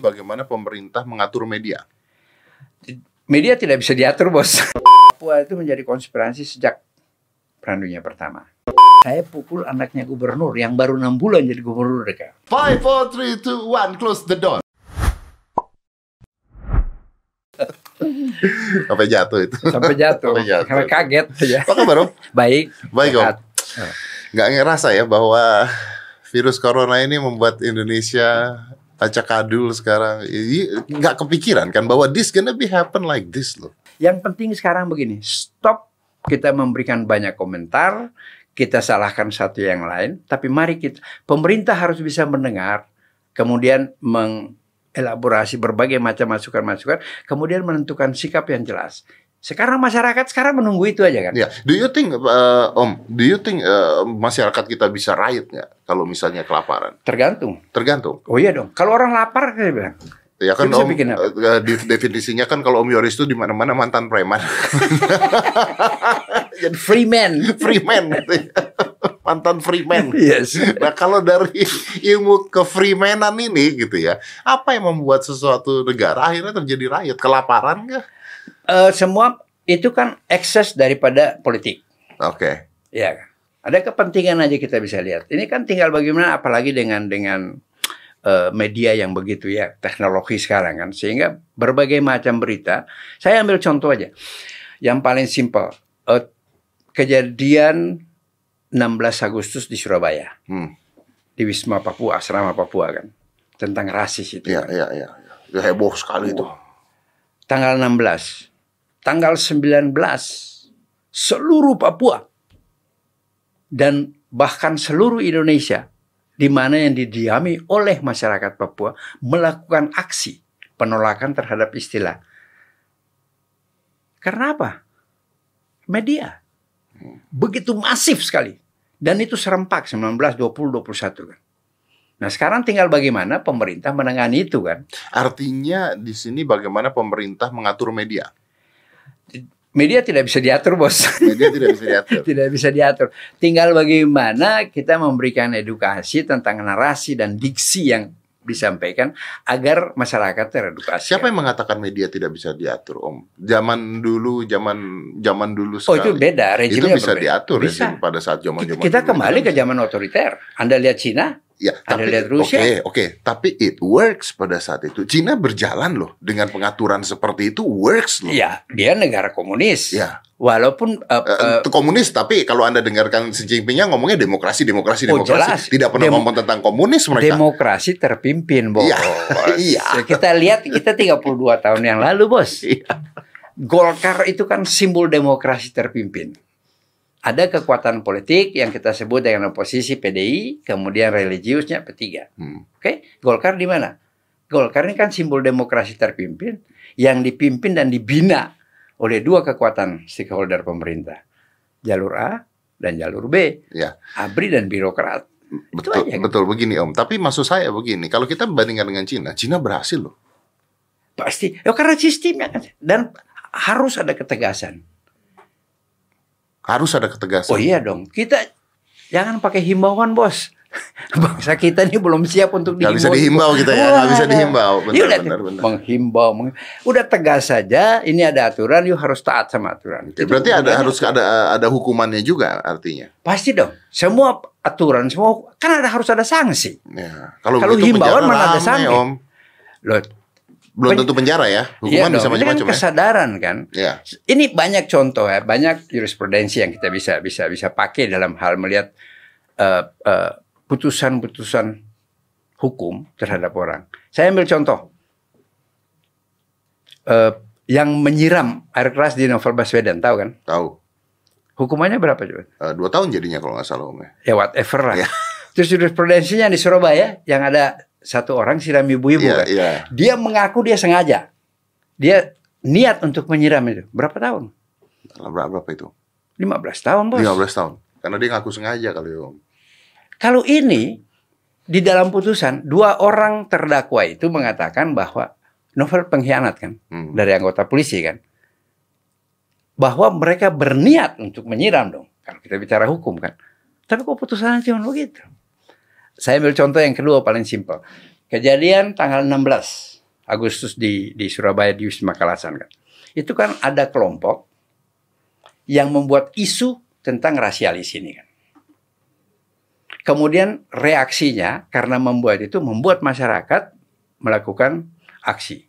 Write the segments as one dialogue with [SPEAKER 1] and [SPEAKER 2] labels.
[SPEAKER 1] Bagaimana pemerintah mengatur media?
[SPEAKER 2] Media tidak bisa diatur, bos. Papua itu menjadi konspirasi sejak Perang Dunia Pertama. Saya pukul anaknya gubernur yang baru 6 bulan jadi gubernur mereka.
[SPEAKER 1] 5, 4, 3, 2, 1, close the door. Sampai jatuh itu.
[SPEAKER 2] Sampai jatuh.
[SPEAKER 1] Sampai jatuh.
[SPEAKER 2] Karena kaget saja.
[SPEAKER 1] Apa kabar, Om?
[SPEAKER 2] Baik.
[SPEAKER 1] Baik, Om. Nggak ngerasa ya bahwa virus corona ini membuat Indonesia acak-adul sekarang. Nggak kepikiran kan bahwa this gonna be happen like this loh.
[SPEAKER 2] Yang penting sekarang begini, stop kita memberikan banyak komentar, kita salahkan satu yang lain, tapi mari pemerintah harus bisa mendengar, kemudian mengelaborasi berbagai macam masukan-masukan, kemudian menentukan sikap yang jelas. Sekarang masyarakat menunggu itu aja kan?
[SPEAKER 1] Ya, do you think masyarakat kita bisa riot nggak kalau misalnya kelaparan?
[SPEAKER 2] Tergantung.
[SPEAKER 1] Tergantung.
[SPEAKER 2] Oh iya dong. Kalau orang lapar, saya bilang.
[SPEAKER 1] Ya kan
[SPEAKER 2] Om,
[SPEAKER 1] definisinya kan kalau Om Yoris itu di mana-mana mantan preman.
[SPEAKER 2] Jadi free man
[SPEAKER 1] gitu ya. Mantan free man.
[SPEAKER 2] Yes.
[SPEAKER 1] Nah, kalau dari ilmu kefreemanan ini gitu ya, apa yang membuat sesuatu negara akhirnya terjadi riot? Kelaparan nggak?
[SPEAKER 2] Semua itu kan ekses daripada politik.
[SPEAKER 1] Oke.
[SPEAKER 2] Ya, ada kepentingan aja kita bisa lihat. Ini kan tinggal bagaimana, apalagi dengan media yang begitu ya, teknologi sekarang kan, sehingga berbagai macam berita. Saya ambil contoh aja, yang paling simpel, kejadian 16 Agustus di Surabaya, di Wisma Papua, asrama Papua kan, tentang rasis itu.
[SPEAKER 1] Iya. Ya, heboh sekali itu.
[SPEAKER 2] Tanggal 16, tanggal 19, seluruh Papua dan bahkan seluruh Indonesia, di mana yang didiami oleh masyarakat Papua, melakukan aksi penolakan terhadap istilah. Karena apa? Media. Begitu masif sekali. Dan itu serempak 19, 20, 21 kan. Nah sekarang tinggal bagaimana pemerintah menangani itu kan.
[SPEAKER 1] Artinya di sini bagaimana pemerintah mengatur media?
[SPEAKER 2] Media tidak bisa diatur, bos.
[SPEAKER 1] Media tidak bisa diatur.
[SPEAKER 2] Tidak bisa diatur. Tinggal bagaimana kita memberikan edukasi tentang narasi dan diksi yang disampaikan agar masyarakat teredukasi.
[SPEAKER 1] Siapa yang mengatakan media tidak bisa diatur, Om? Zaman dulu sekali.
[SPEAKER 2] Oh, itu beda,
[SPEAKER 1] Itu
[SPEAKER 2] rejimnya
[SPEAKER 1] bisa
[SPEAKER 2] berbeda.
[SPEAKER 1] diatur
[SPEAKER 2] Bisa.
[SPEAKER 1] Rezim pada saat zaman
[SPEAKER 2] Kita kembali ke zaman otoriter. Anda lihat Cina,
[SPEAKER 1] ya,
[SPEAKER 2] Anda
[SPEAKER 1] tapi
[SPEAKER 2] lihat Rusia.
[SPEAKER 1] Oke, tapi it works pada saat itu. Cina berjalan loh dengan pengaturan seperti itu, works loh.
[SPEAKER 2] Ya, dia negara komunis.
[SPEAKER 1] Ya.
[SPEAKER 2] Walaupun
[SPEAKER 1] komunis, tapi kalau Anda dengarkan Xi Jinping ngomongnya demokrasi.
[SPEAKER 2] Jelas.
[SPEAKER 1] Tidak pernah ngomong tentang komunis mereka.
[SPEAKER 2] Demokrasi terpimpin, bos.
[SPEAKER 1] Iya.
[SPEAKER 2] Kita lihat, kita 32 tahun yang lalu, bos. Golkar itu kan simbol demokrasi terpimpin. Ada kekuatan politik yang kita sebut dengan oposisi PDI, kemudian religiusnya P3. Oke? Golkar di mana? Golkar ini kan simbol demokrasi terpimpin yang dipimpin dan dibina oleh dua kekuatan stakeholder pemerintah. Jalur A dan jalur B.
[SPEAKER 1] Ya.
[SPEAKER 2] ABRI dan birokrat.
[SPEAKER 1] Betul begini, Om. Tapi maksud saya begini, kalau kita bandingkan dengan Cina berhasil loh.
[SPEAKER 2] Pasti. Ya, karena sistemnya kan. Dan harus ada ketegasan.
[SPEAKER 1] Harus ada ketegasan.
[SPEAKER 2] Oh iya dong. Kita jangan pakai himbauan, bos. Bangsa kita ini belum siap untuk dihimbau.
[SPEAKER 1] Nggak bisa dihimbau kita ya. Nggak bisa dihimbau. Benar.
[SPEAKER 2] Menghimbau. Udah tegas saja. Ini ada aturan. Yuk harus taat sama aturan.
[SPEAKER 1] Ya, berarti harus ada hukumannya juga artinya.
[SPEAKER 2] Pasti dong. Semua aturan, harus ada sanksi.
[SPEAKER 1] Ya.
[SPEAKER 2] Kalau himbauan mana ada sanksi?
[SPEAKER 1] Om.
[SPEAKER 2] Loh,
[SPEAKER 1] belum tentu penjara ya, hukuman
[SPEAKER 2] iya
[SPEAKER 1] bisa macam-macam
[SPEAKER 2] ya. Kesadaran kan.
[SPEAKER 1] Ya.
[SPEAKER 2] Ini banyak contoh ya, banyak jurisprudensi yang kita bisa pakai dalam hal melihat putusan-putusan hukum terhadap orang. Saya ambil contoh yang menyiram air keras di Novel Baswedan, tahu kan?
[SPEAKER 1] Tahu.
[SPEAKER 2] Hukumannya berapa coba?
[SPEAKER 1] 2 tahun jadinya kalau nggak salah, Om.
[SPEAKER 2] Ya whatever lah.
[SPEAKER 1] Ya.
[SPEAKER 2] Terus jurisprudensinya di Surabaya yang ada satu orang siram ibu-ibu kan.
[SPEAKER 1] Yeah.
[SPEAKER 2] Dia mengaku dia sengaja. Dia niat untuk menyiram itu. Berapa tahun?
[SPEAKER 1] Berapa itu?
[SPEAKER 2] 15 tahun, bos.
[SPEAKER 1] 15 tahun. Karena dia ngaku sengaja kali, Om.
[SPEAKER 2] Kalau ini di dalam putusan 2 orang terdakwa itu mengatakan bahwa Novel pengkhianat kan dari anggota polisi kan. Bahwa mereka berniat untuk menyiram dong. Kalau kita bicara hukum kan. Tapi kok putusannya cuma begitu? Saya ambil contoh yang kedua paling simpel. Kejadian tanggal 16. Agustus di Surabaya di Wisma Kalasan kan. Itu kan ada kelompok yang membuat isu tentang rasialis ini kan. Kemudian reaksinya karena membuat masyarakat melakukan aksi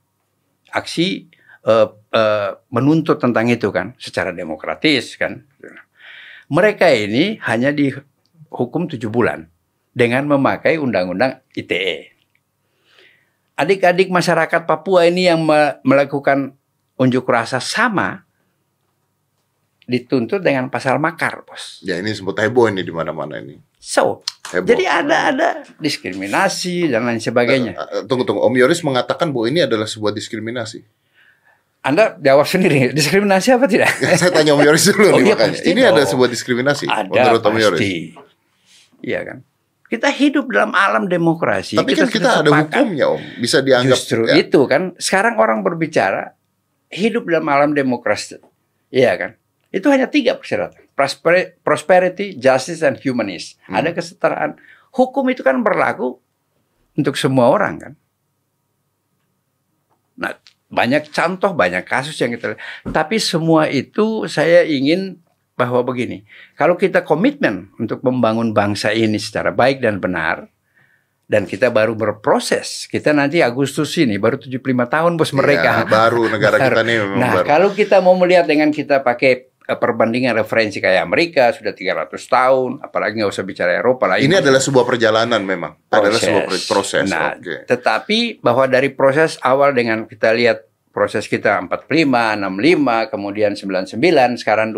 [SPEAKER 2] menuntut tentang itu kan secara demokratis kan. Mereka ini hanya dihukum 7 bulan dengan memakai undang-undang ITE. Adik-adik masyarakat Papua ini yang melakukan unjuk rasa sama dituntut dengan pasal makar, bos.
[SPEAKER 1] Ya ini sempat heboh ini di mana-mana ini.
[SPEAKER 2] So,
[SPEAKER 1] Heboh.
[SPEAKER 2] jadi ada diskriminasi dan lain sebagainya.
[SPEAKER 1] Tunggu. Om Yoris mengatakan bahwa ini adalah sebuah diskriminasi.
[SPEAKER 2] Anda jawab sendiri, diskriminasi apa tidak?
[SPEAKER 1] Saya tanya Om Yoris dulu nih
[SPEAKER 2] iya,
[SPEAKER 1] makanya.
[SPEAKER 2] pasti
[SPEAKER 1] Ini
[SPEAKER 2] dong.
[SPEAKER 1] ada sebuah diskriminasi
[SPEAKER 2] Ada
[SPEAKER 1] menurut Om Yoris.
[SPEAKER 2] pasti. Iya kan? Kita hidup dalam alam demokrasi.
[SPEAKER 1] Tapi kan kita ada hukumnya, Om. Bisa dianggap
[SPEAKER 2] Justru
[SPEAKER 1] ya.
[SPEAKER 2] itu kan. Sekarang orang berbicara hidup dalam alam demokrasi. Iya kan? Itu hanya 3 persyaratan. Prosperity, justice, and humanism. Ada kesetaraan. Hukum itu kan berlaku untuk semua orang kan. Nah, banyak contoh, banyak kasus yang kita lihat. Tapi semua itu saya ingin bahwa begini. Kalau kita komitmen untuk membangun bangsa ini secara baik dan benar, dan kita baru berproses. Kita nanti Agustus ini baru 75 tahun bos mereka.
[SPEAKER 1] Ya, baru negara kita nih memang
[SPEAKER 2] Nah,
[SPEAKER 1] baru.
[SPEAKER 2] kalau kita mau melihat dengan kita pakai perbandingan referensi kayak Amerika sudah 300 tahun, apalagi nggak usah bicara Eropa lah.
[SPEAKER 1] Ini adalah sebuah perjalanan memang. Adalah sebuah proses.
[SPEAKER 2] Nah,
[SPEAKER 1] Oke.
[SPEAKER 2] tetapi bahwa dari proses awal dengan kita lihat proses kita 45, 65, kemudian 99, sekarang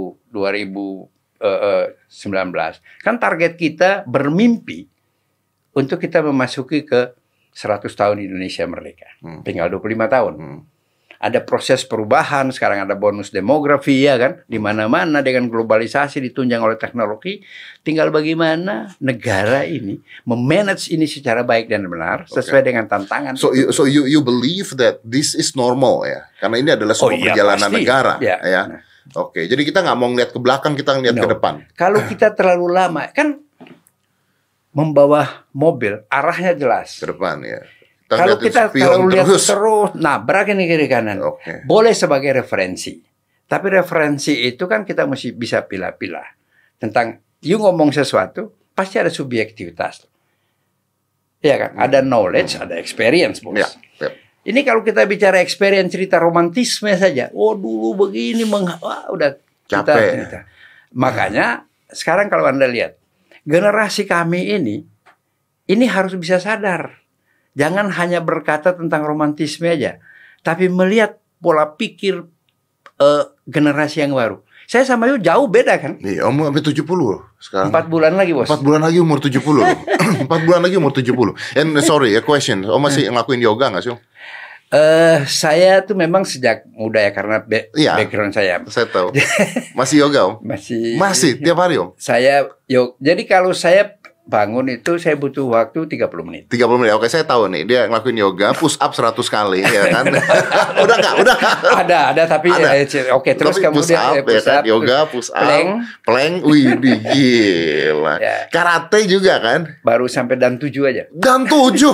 [SPEAKER 2] 2019. Kan target kita bermimpi untuk kita memasuki ke 100 tahun Indonesia merdeka. Tinggal 25 tahun. Ada proses perubahan, sekarang ada bonus demografi ya kan, di mana-mana dengan globalisasi ditunjang oleh teknologi, tinggal bagaimana negara ini memanage ini secara baik dan benar sesuai dengan tantangan.
[SPEAKER 1] So you believe that this is normal ya? Karena ini adalah sebuah
[SPEAKER 2] iya,
[SPEAKER 1] perjalanan
[SPEAKER 2] pasti.
[SPEAKER 1] negara
[SPEAKER 2] Ya.
[SPEAKER 1] ya.
[SPEAKER 2] Nah.
[SPEAKER 1] Oke, jadi kita nggak mau ngeliat ke belakang, kita ngeliat ke depan.
[SPEAKER 2] Kalau kita terlalu lama kan membawa mobil arahnya jelas.
[SPEAKER 1] Ke depan ya.
[SPEAKER 2] Kalau kita kalau lihat terus nabrak ini kiri kanan,
[SPEAKER 1] Oke.
[SPEAKER 2] boleh sebagai referensi. Tapi referensi itu kan kita mesti bisa pilah-pilah. Tentang you ngomong sesuatu, pasti ada subjektivitas. Iya kan? Ada knowledge, ada experience, bos.
[SPEAKER 1] Ya, ya.
[SPEAKER 2] Ini kalau kita bicara experience, cerita romantisme saja. Oh dulu begini, wah, udah kita
[SPEAKER 1] Capek.
[SPEAKER 2] cerita. Makanya sekarang kalau Anda lihat, generasi kami ini harus bisa sadar. Jangan hanya berkata tentang romantisme aja, tapi melihat pola pikir generasi yang baru. Saya sama you jauh beda kan?
[SPEAKER 1] Iya, Om sampai 70 sekarang.
[SPEAKER 2] 4 bulan lagi, bos.
[SPEAKER 1] 4 bulan lagi umur 70 loh. 4 bulan lagi umur 70. And sorry, a question. Om masih ngelakuin yoga nggak sih, Om?
[SPEAKER 2] Saya tuh memang sejak muda ya karena
[SPEAKER 1] Iya.
[SPEAKER 2] background saya.
[SPEAKER 1] Saya tahu. Masih yoga, Om? Masih tiap hari, Om?
[SPEAKER 2] Jadi kalau saya bangun itu saya butuh waktu 30 menit.
[SPEAKER 1] 30 menit. Oke, saya tahu nih. Dia ngelakuin yoga, push up 100 kali ya kan. Udah enggak? Udah.
[SPEAKER 2] Ada tapi
[SPEAKER 1] Ada.
[SPEAKER 2] oke, terus
[SPEAKER 1] Tapi
[SPEAKER 2] kemudian
[SPEAKER 1] push up, ya kan? Yoga, push up, plank. Wih, gila.
[SPEAKER 2] Ya.
[SPEAKER 1] Karate juga kan?
[SPEAKER 2] Baru sampai dan 7 aja.
[SPEAKER 1] Dan 7.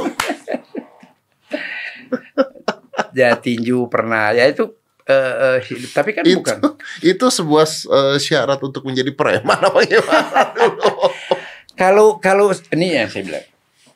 [SPEAKER 2] Ya tinju pernah. Ya itu hidup. Tapi kan bukan.
[SPEAKER 1] Itu sebuah syarat untuk menjadi preman apa gimana dulu?
[SPEAKER 2] Kalau ini yang saya bilang.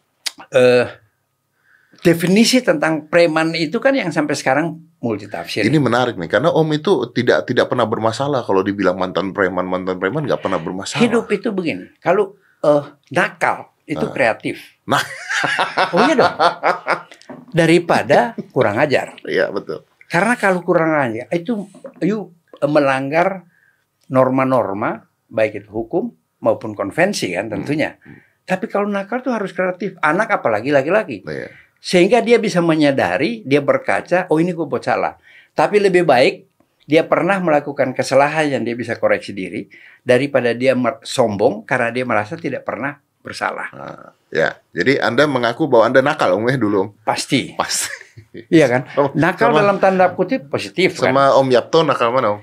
[SPEAKER 2] Definisi tentang preman itu kan yang sampai sekarang multitafsir.
[SPEAKER 1] Ini menarik nih karena Om itu tidak pernah bermasalah kalau dibilang mantan preman nggak pernah bermasalah.
[SPEAKER 2] Hidup itu begini. Kalau nakal itu kreatif.
[SPEAKER 1] Nah,
[SPEAKER 2] oh iya dong. Daripada kurang ajar.
[SPEAKER 1] iya betul.
[SPEAKER 2] Karena kalau kurang ajar itu you melanggar norma-norma baik itu hukum maupun konvensi kan tentunya. Tapi kalau nakal tuh harus kreatif. Anak apalagi laki-laki.
[SPEAKER 1] Iya.
[SPEAKER 2] Sehingga dia bisa menyadari, dia berkaca, oh ini gue buat salah. Tapi lebih baik dia pernah melakukan kesalahan yang dia bisa koreksi diri daripada dia sombong karena dia merasa tidak pernah bersalah.
[SPEAKER 1] Nah, ya, jadi Anda mengaku bahwa Anda nakal Om ya dulu Om?
[SPEAKER 2] Pasti.
[SPEAKER 1] Pasti.
[SPEAKER 2] Iya kan? Nakal
[SPEAKER 1] sama-
[SPEAKER 2] dalam tanda kutip positif kan?
[SPEAKER 1] Sama Om Yapto nakal mana Om?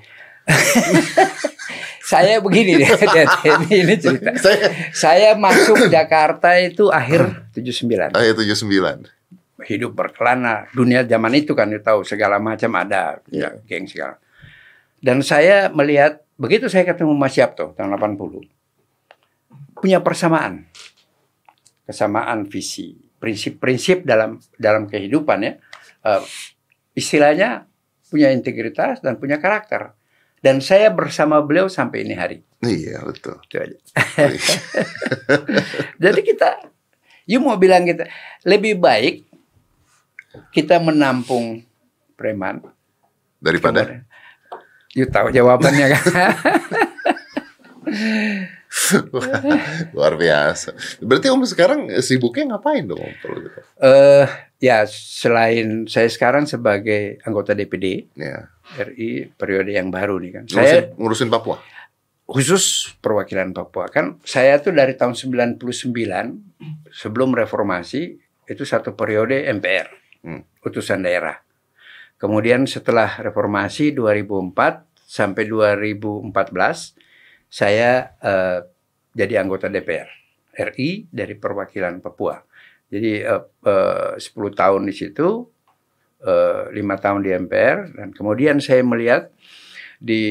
[SPEAKER 2] Saya begini deh, ini cerita. Saya masuk Jakarta itu akhir 79.
[SPEAKER 1] Ah, 79.
[SPEAKER 2] hidup berkelana. Dunia zaman itu kan tahu segala macam ada, ya, geng segala. Dan saya melihat begitu saya ketemu Mas Yapto tahun 80, punya kesamaan visi, prinsip-prinsip dalam kehidupan ya. Istilahnya punya integritas dan punya karakter. Dan saya bersama beliau sampai ini hari.
[SPEAKER 1] Iya, betul.
[SPEAKER 2] Itu aja. Jadi mau bilang kita lebih baik kita menampung preman
[SPEAKER 1] daripada.
[SPEAKER 2] You tahu jawabannya kan?
[SPEAKER 1] Luar biasa. Berarti Om sekarang sibuknya ngapain dong Om kalau gitu?
[SPEAKER 2] Ya selain saya sekarang sebagai anggota DPD RI periode yang baru nih kan. Saya
[SPEAKER 1] ngurusin Papua.
[SPEAKER 2] Khusus perwakilan Papua kan. Saya tuh dari tahun 99 sebelum reformasi itu satu periode MPR, utusan daerah. Kemudian setelah reformasi 2004 sampai 2014 saya jadi anggota DPR RI dari perwakilan Papua. Jadi 10 tahun di situ, 5 tahun di MPR, dan kemudian saya melihat di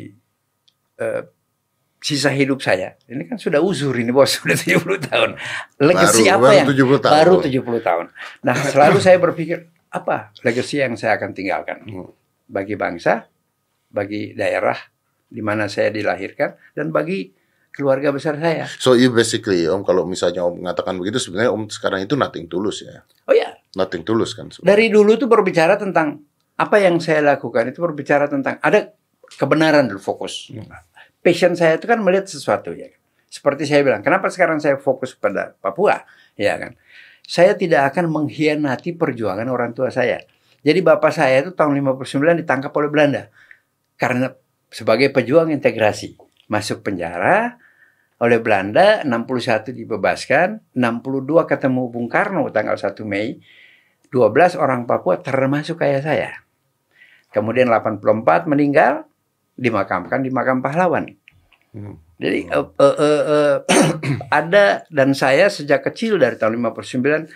[SPEAKER 2] sisa hidup saya, ini kan sudah uzur ini bos, sudah 70 tahun. Legacy apa yang 70 tahun. Baru 70 tahun. Nah selalu saya berpikir, apa legacy yang saya akan tinggalkan bagi bangsa, bagi daerah di mana saya dilahirkan, dan bagi keluarga besar saya.
[SPEAKER 1] So you basically Om, kalau misalnya Om mengatakan begitu, sebenarnya Om sekarang itu nothing tulus ya?
[SPEAKER 2] Oh ya.
[SPEAKER 1] Nothing tulus kan sebenarnya.
[SPEAKER 2] Dari dulu tuh berbicara tentang apa yang saya lakukan, itu berbicara tentang ada kebenaran dulu, fokus. Passion saya itu kan melihat sesuatu ya. Seperti saya bilang, kenapa sekarang saya fokus pada Papua, ya kan? Saya tidak akan mengkhianati perjuangan orang tua saya. Jadi bapak saya itu tahun 59 ditangkap oleh Belanda karena sebagai pejuang integrasi. Masuk penjara oleh Belanda, 61 dibebaskan, 62 ketemu Bung Karno tanggal 1 Mei, 12 orang Papua termasuk kayak saya. Kemudian 84 meninggal, dimakamkan di makam pahlawan. Jadi ada, dan saya sejak kecil dari tahun 59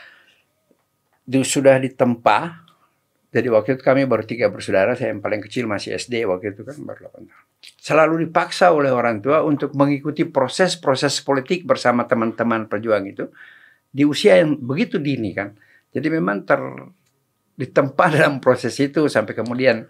[SPEAKER 2] sudah ditempa. Jadi waktu itu kami baru 3 bersaudara, saya yang paling kecil masih SD waktu itu kan, baru 8 tahun. Selalu dipaksa oleh orang tua untuk mengikuti proses-proses politik bersama teman-teman pejuang itu di usia yang begitu dini kan. Jadi memang ditempa dalam proses itu sampai kemudian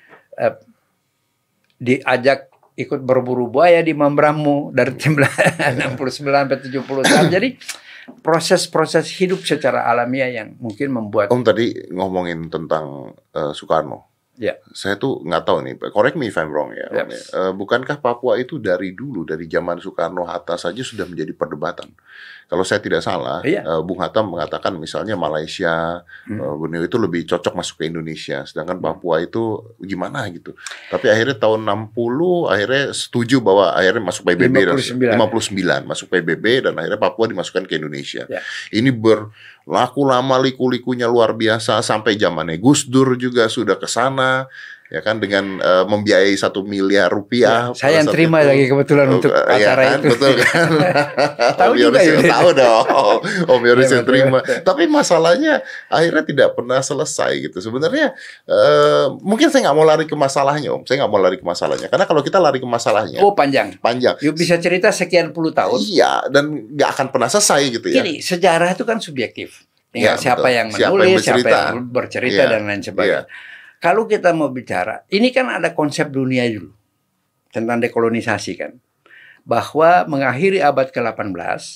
[SPEAKER 2] diajak ikut berburu buaya di Mambramu dari 69 sampai 70 tahun. Jadi proses-proses hidup secara alamiah yang mungkin membuat.
[SPEAKER 1] Om tadi ngomongin tentang Soekarno.
[SPEAKER 2] Ya.
[SPEAKER 1] Saya tuh nggak tahu nih, correct me if I'm wrong ya.
[SPEAKER 2] Yes.
[SPEAKER 1] Bukankah Papua itu dari dulu, dari zaman Soekarno Hatta saja sudah menjadi perdebatan? Kalau saya tidak salah, Bung Hatta mengatakan misalnya Malaysia, Borneo itu lebih cocok masuk ke Indonesia, sedangkan Papua itu gimana gitu. Tapi akhirnya tahun 60 akhirnya setuju bahwa akhirnya masuk PBB 59 masuk PBB dan akhirnya Papua dimasukkan ke Indonesia. Ya. Ini berlaku lama, liku-likunya luar biasa sampai zamannya Gus Dur juga sudah ke sana. Ya kan, dengan membiayai 1 miliar rupiah.
[SPEAKER 2] Ya, saya yang terima lagi kebetulan untuk acara
[SPEAKER 1] ya kan, itu. Betul kan?
[SPEAKER 2] Tahu juga ya.
[SPEAKER 1] Tahu dong. Om Yoris yang terima. Tapi masalahnya akhirnya tidak pernah selesai gitu. Sebenarnya mungkin saya nggak mau lari ke masalahnya Om. Saya nggak mau lari ke masalahnya. Karena kalau kita lari ke masalahnya.
[SPEAKER 2] Oh panjang.
[SPEAKER 1] Panjang.
[SPEAKER 2] Bisa cerita sekian puluh tahun.
[SPEAKER 1] Iya. Dan nggak akan pernah selesai gitu ya.
[SPEAKER 2] Jadi sejarah itu kan subjektif. Ya, siapa yang menulis, siapa yang bercerita dan lain sebagainya. Kalau kita mau bicara, ini kan ada konsep dunia dulu tentang dekolonisasi kan, bahwa mengakhiri abad ke-18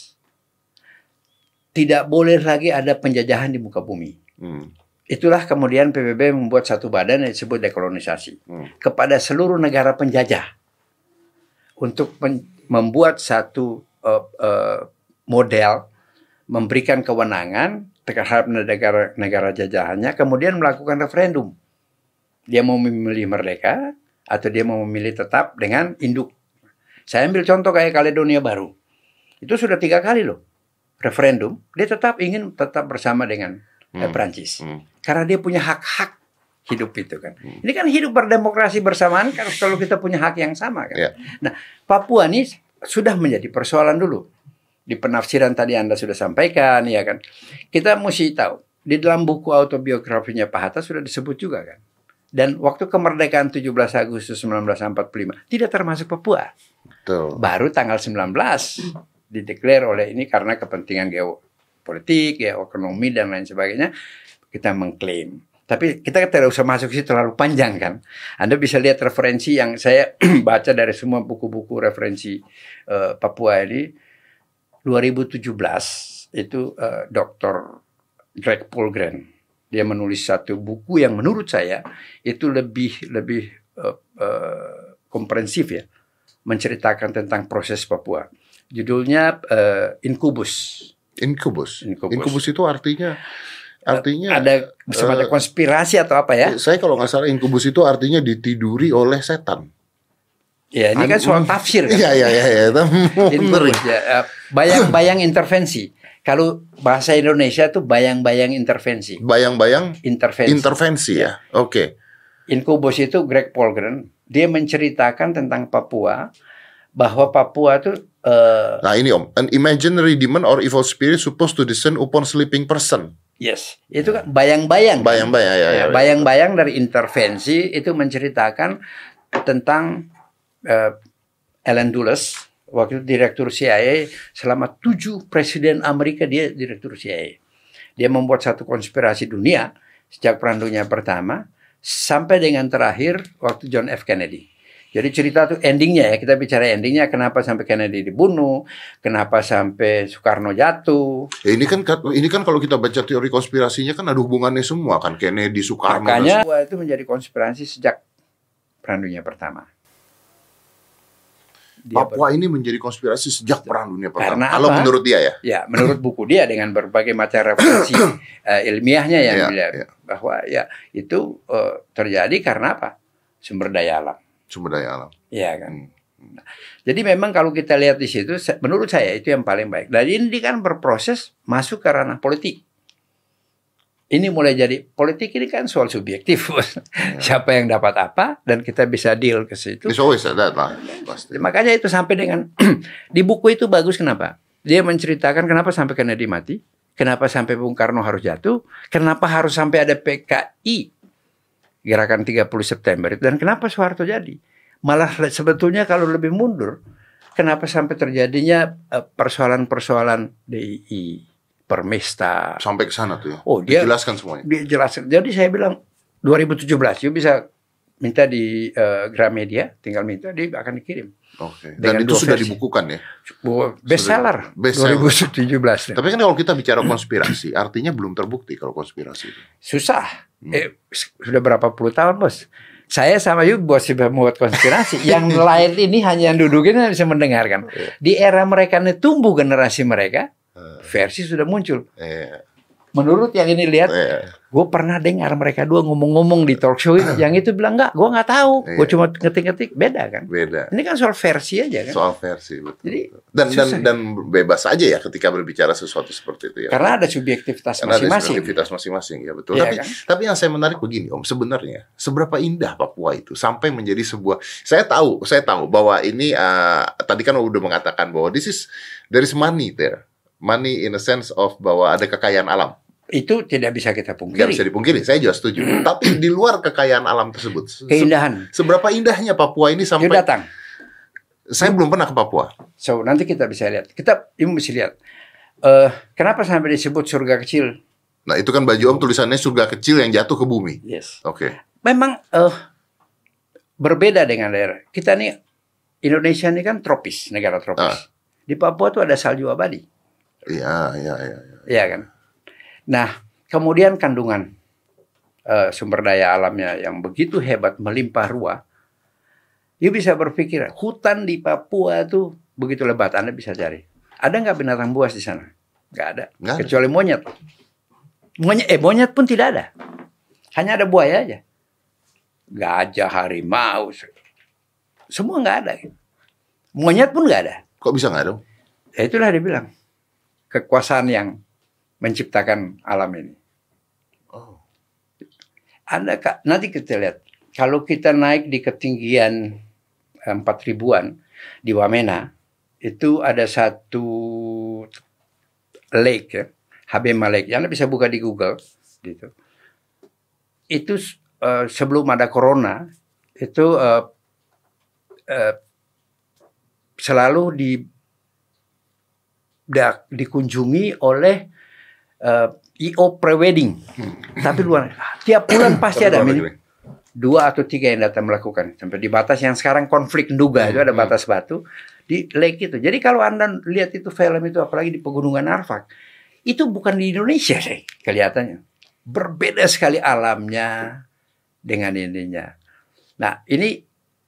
[SPEAKER 2] tidak boleh lagi ada penjajahan di muka bumi. Itulah kemudian PBB membuat satu badan yang disebut dekolonisasi kepada seluruh negara penjajah untuk membuat satu model, memberikan kewenangan terhadap negara jajahannya, kemudian melakukan referendum. Dia mau memilih merdeka atau dia mau memilih tetap dengan induk. Saya ambil contoh kayak Kaledonia Baru. Itu sudah 3 kali loh referendum. Dia ingin tetap bersama dengan Prancis. Karena dia punya hak-hak hidup itu kan. Ini kan hidup berdemokrasi bersamaan kan, kalau kita punya hak yang sama kan. Nah, Papua ini sudah menjadi persoalan dulu. Di penafsiran tadi Anda sudah sampaikan ya kan. Kita mesti tahu di dalam buku autobiografinya Pak Hatta sudah disebut juga kan. Dan waktu kemerdekaan 17 Agustus 1945 tidak termasuk Papua.
[SPEAKER 1] Betul.
[SPEAKER 2] Baru tanggal 19 dideklar oleh ini karena kepentingan geopolitik, geoekonomi dan lain sebagainya kita mengklaim. Tapi kita tidak usah masuk sih terlalu panjang kan. Anda bisa lihat referensi yang saya baca dari semua buku-buku referensi Papua ini. 2017 itu Dr. Greg Polgren dia menulis satu buku yang menurut saya itu lebih komprehensif ya, menceritakan tentang proses Papua. Judulnya Incubus.
[SPEAKER 1] Incubus itu artinya
[SPEAKER 2] ada semacam konspirasi atau apa ya?
[SPEAKER 1] Saya kalau nggak salah incubus itu artinya ditiduri oleh setan.
[SPEAKER 2] Ya ini kan soal tafsir kan.
[SPEAKER 1] Iya.
[SPEAKER 2] Incubus, ya. Bayang-bayang intervensi. Kalau bahasa Indonesia itu bayang-bayang intervensi.
[SPEAKER 1] Bayang-bayang
[SPEAKER 2] intervensi
[SPEAKER 1] ya. Oke.
[SPEAKER 2] Incubus itu Greg Polgren, dia menceritakan tentang Papua, bahwa Papua itu
[SPEAKER 1] nah ini Om, an imaginary demon or evil spirit supposed to descend upon sleeping person.
[SPEAKER 2] Yes, itu kan bayang-bayang.
[SPEAKER 1] Bayang-bayang ya.
[SPEAKER 2] Bayang-bayang dari intervensi itu menceritakan tentang Allen Dulles, waktu itu direktur CIA, selama 7 presiden Amerika dia direktur CIA. Dia membuat satu konspirasi dunia sejak Perang Dunia Pertama sampai dengan terakhir waktu John F. Kennedy. Jadi cerita tuh endingnya ya, kita bicara endingnya kenapa sampai Kennedy dibunuh, kenapa sampai Soekarno jatuh.
[SPEAKER 1] Ya, ini kan kalau kita baca teori konspirasinya kan ada hubungannya semua kan, Kennedy, Soekarno.
[SPEAKER 2] Makanya itu menjadi konspirasi sejak Perang Dunia Pertama.
[SPEAKER 1] Papua ini menjadi konspirasi sejak Perang Dunia Pertama.
[SPEAKER 2] Karena
[SPEAKER 1] kalau
[SPEAKER 2] apa?
[SPEAKER 1] Menurut dia ya.
[SPEAKER 2] Ya, menurut buku dia dengan berbagai macam referensi ilmiahnya yang dilihat bahwa ya itu terjadi karena apa? Sumber daya alam. Iya kan. Jadi memang kalau kita lihat di situ, menurut saya itu yang paling baik. Dan ini kan berproses masuk ke ranah politik. Ini mulai jadi politik ini kan soal subjektif. Siapa yang dapat apa dan kita bisa deal ke situ.
[SPEAKER 1] It's always that lah. Pasti.
[SPEAKER 2] Makanya itu sampai dengan di buku itu bagus kenapa? Dia menceritakan kenapa sampai Kennedy mati, kenapa sampai Bung Karno harus jatuh, kenapa harus sampai ada PKI Gerakan 30 September itu, dan kenapa Soeharto jadi. Malah sebetulnya kalau lebih mundur, kenapa sampai terjadinya persoalan-persoalan DII, Permesta.
[SPEAKER 1] Sampai ke sana tuh ya.
[SPEAKER 2] Oh, dia
[SPEAKER 1] jelaskan semuanya.
[SPEAKER 2] Dia jelaskan. Jadi saya bilang 2017, you bisa minta di Gramedia, tinggal minta, dia akan dikirim.
[SPEAKER 1] Oke. Dan itu sudah dibukukan ya?
[SPEAKER 2] Bestseller 2017.
[SPEAKER 1] Tapi kan kalau kita bicara konspirasi, artinya belum terbukti kalau konspirasi itu.
[SPEAKER 2] Susah. Sudah berapa puluh tahun, Bos. Saya sama Yuk bos sudah membuat konspirasi. Yang lain ini hanya yang dudukin yang bisa mendengarkan. Di era mereka ini tumbuh generasi mereka, versi sudah muncul. Menurut yang ini lihat, gue pernah dengar mereka dua ngomong-ngomong di talk show yang itu bilang enggak, gue nggak tahu, gue cuma ngetik-ngetik, beda kan?
[SPEAKER 1] Beda.
[SPEAKER 2] Ini kan soal versi aja kan?
[SPEAKER 1] Soal versi, betul.
[SPEAKER 2] Jadi,
[SPEAKER 1] dan bebas aja ya ketika berbicara sesuatu seperti itu ya.
[SPEAKER 2] Karena ada subjektivitas masing-masing.
[SPEAKER 1] Ada subjektivitas masing-masing ya betul.
[SPEAKER 2] Ya,
[SPEAKER 1] tapi yang saya menarik begini Om, sebenarnya seberapa indah Papua itu sampai menjadi sebuah. Saya tahu bahwa ini tadi kan udah mengatakan bahwa there is money there, money in a sense of bahwa ada kekayaan alam.
[SPEAKER 2] Itu tidak bisa kita pungkiri.
[SPEAKER 1] Tidak bisa dipungkiri, saya juga setuju. Tapi di luar kekayaan alam tersebut,
[SPEAKER 2] keindahan.
[SPEAKER 1] Seberapa indahnya Papua ini sampai.
[SPEAKER 2] Yuk datang.
[SPEAKER 1] Saya belum pernah ke Papua.
[SPEAKER 2] So nanti kita bisa lihat. Ibu mesti lihat. Kenapa sampai disebut surga kecil?
[SPEAKER 1] Nah itu kan baju Om tulisannya surga kecil yang jatuh ke bumi.
[SPEAKER 2] Yes.
[SPEAKER 1] Oke.
[SPEAKER 2] Memang berbeda dengan daerah. Kita nih Indonesia ini kan tropis, negara tropis. Di Papua tuh ada salju abadi.
[SPEAKER 1] Iya.
[SPEAKER 2] Iya kan. Nah, kemudian kandungan sumber daya alamnya yang begitu hebat, melimpah ruah. You bisa berpikir, hutan di Papua itu begitu lebat, Anda bisa cari. Ada nggak binatang buas di sana? Nggak ada. Kecuali monyet. Monyet pun tidak ada. Hanya ada buaya aja. Gajah, harimau, semua nggak ada. Monyet pun nggak ada.
[SPEAKER 1] Kok bisa nggak ada?
[SPEAKER 2] Ya itulah dia bilang. Kekuasaan yang menciptakan alam ini. Nanti kita lihat. Kalau kita naik di ketinggian 4.000-an di Wamena, itu ada satu lake ya. Habib Malik. Anda bisa buka di Google gitu. Itu sebelum ada corona itu selalu dikunjungi oleh IO prewedding. Tapi tiap bulan pasti ada 2 atau 3 yang datang melakukan sampai di batas yang sekarang konflik Nduga itu ada batas batu di lake itu. Jadi kalau Anda lihat itu film itu apalagi di Pegunungan Arfak, itu bukan di Indonesia sih kelihatannya. Berbeda sekali alamnya dengan ininya. Nah, ini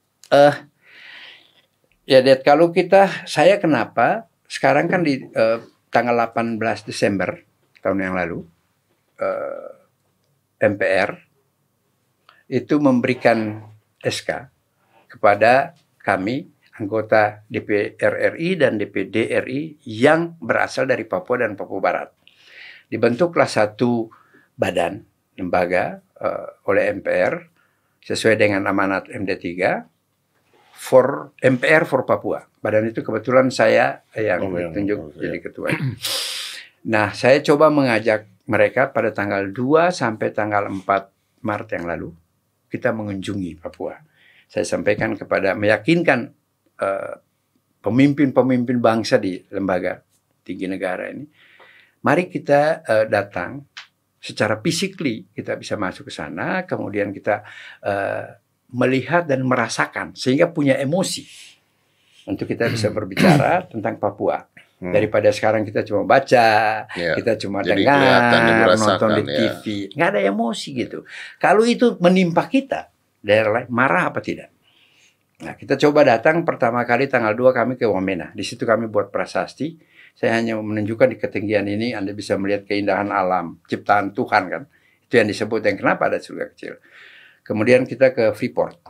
[SPEAKER 2] ya Dad, kalau saya kenapa sekarang kan di tanggal 18 Desember tahun yang lalu MPR itu memberikan SK kepada kami anggota DPR RI dan DPD RI yang berasal dari Papua dan Papua Barat. Dibentuklah satu badan lembaga oleh MPR sesuai dengan amanat MD3 for MPR for Papua. Badan itu kebetulan saya yang ditunjuk jadi ketua. Nah, saya coba mengajak mereka pada tanggal 2 sampai tanggal 4 Maret yang lalu kita mengunjungi Papua. Saya sampaikan meyakinkan pemimpin-pemimpin bangsa di lembaga tinggi negara ini, mari kita datang secara physically, kita bisa masuk ke sana, kemudian kita melihat dan merasakan sehingga punya emosi untuk kita bisa berbicara tentang Papua. Daripada sekarang kita cuma baca, kita cuma dengar, nonton di TV, nggak ada emosi gitu. Kalau itu menimpa kita, daerah lain marah apa tidak? Nah, kita coba datang pertama kali tanggal 2 kami ke Wamena. Di situ kami buat prasasti. Saya hanya menunjukkan di ketinggian ini Anda bisa melihat keindahan alam, ciptaan Tuhan kan. Itu yang disebut yang kenapa ada surga kecil. Kemudian kita ke Freeport.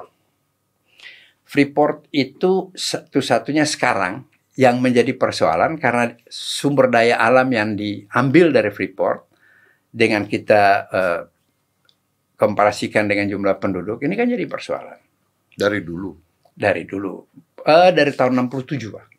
[SPEAKER 2] Freeport itu satu-satunya sekarang yang menjadi persoalan karena sumber daya alam yang diambil dari Freeport dengan kita komparasikan dengan jumlah penduduk, ini kan jadi persoalan.
[SPEAKER 1] Dari dulu?
[SPEAKER 2] Dari dulu. Dari tahun 67, Pak.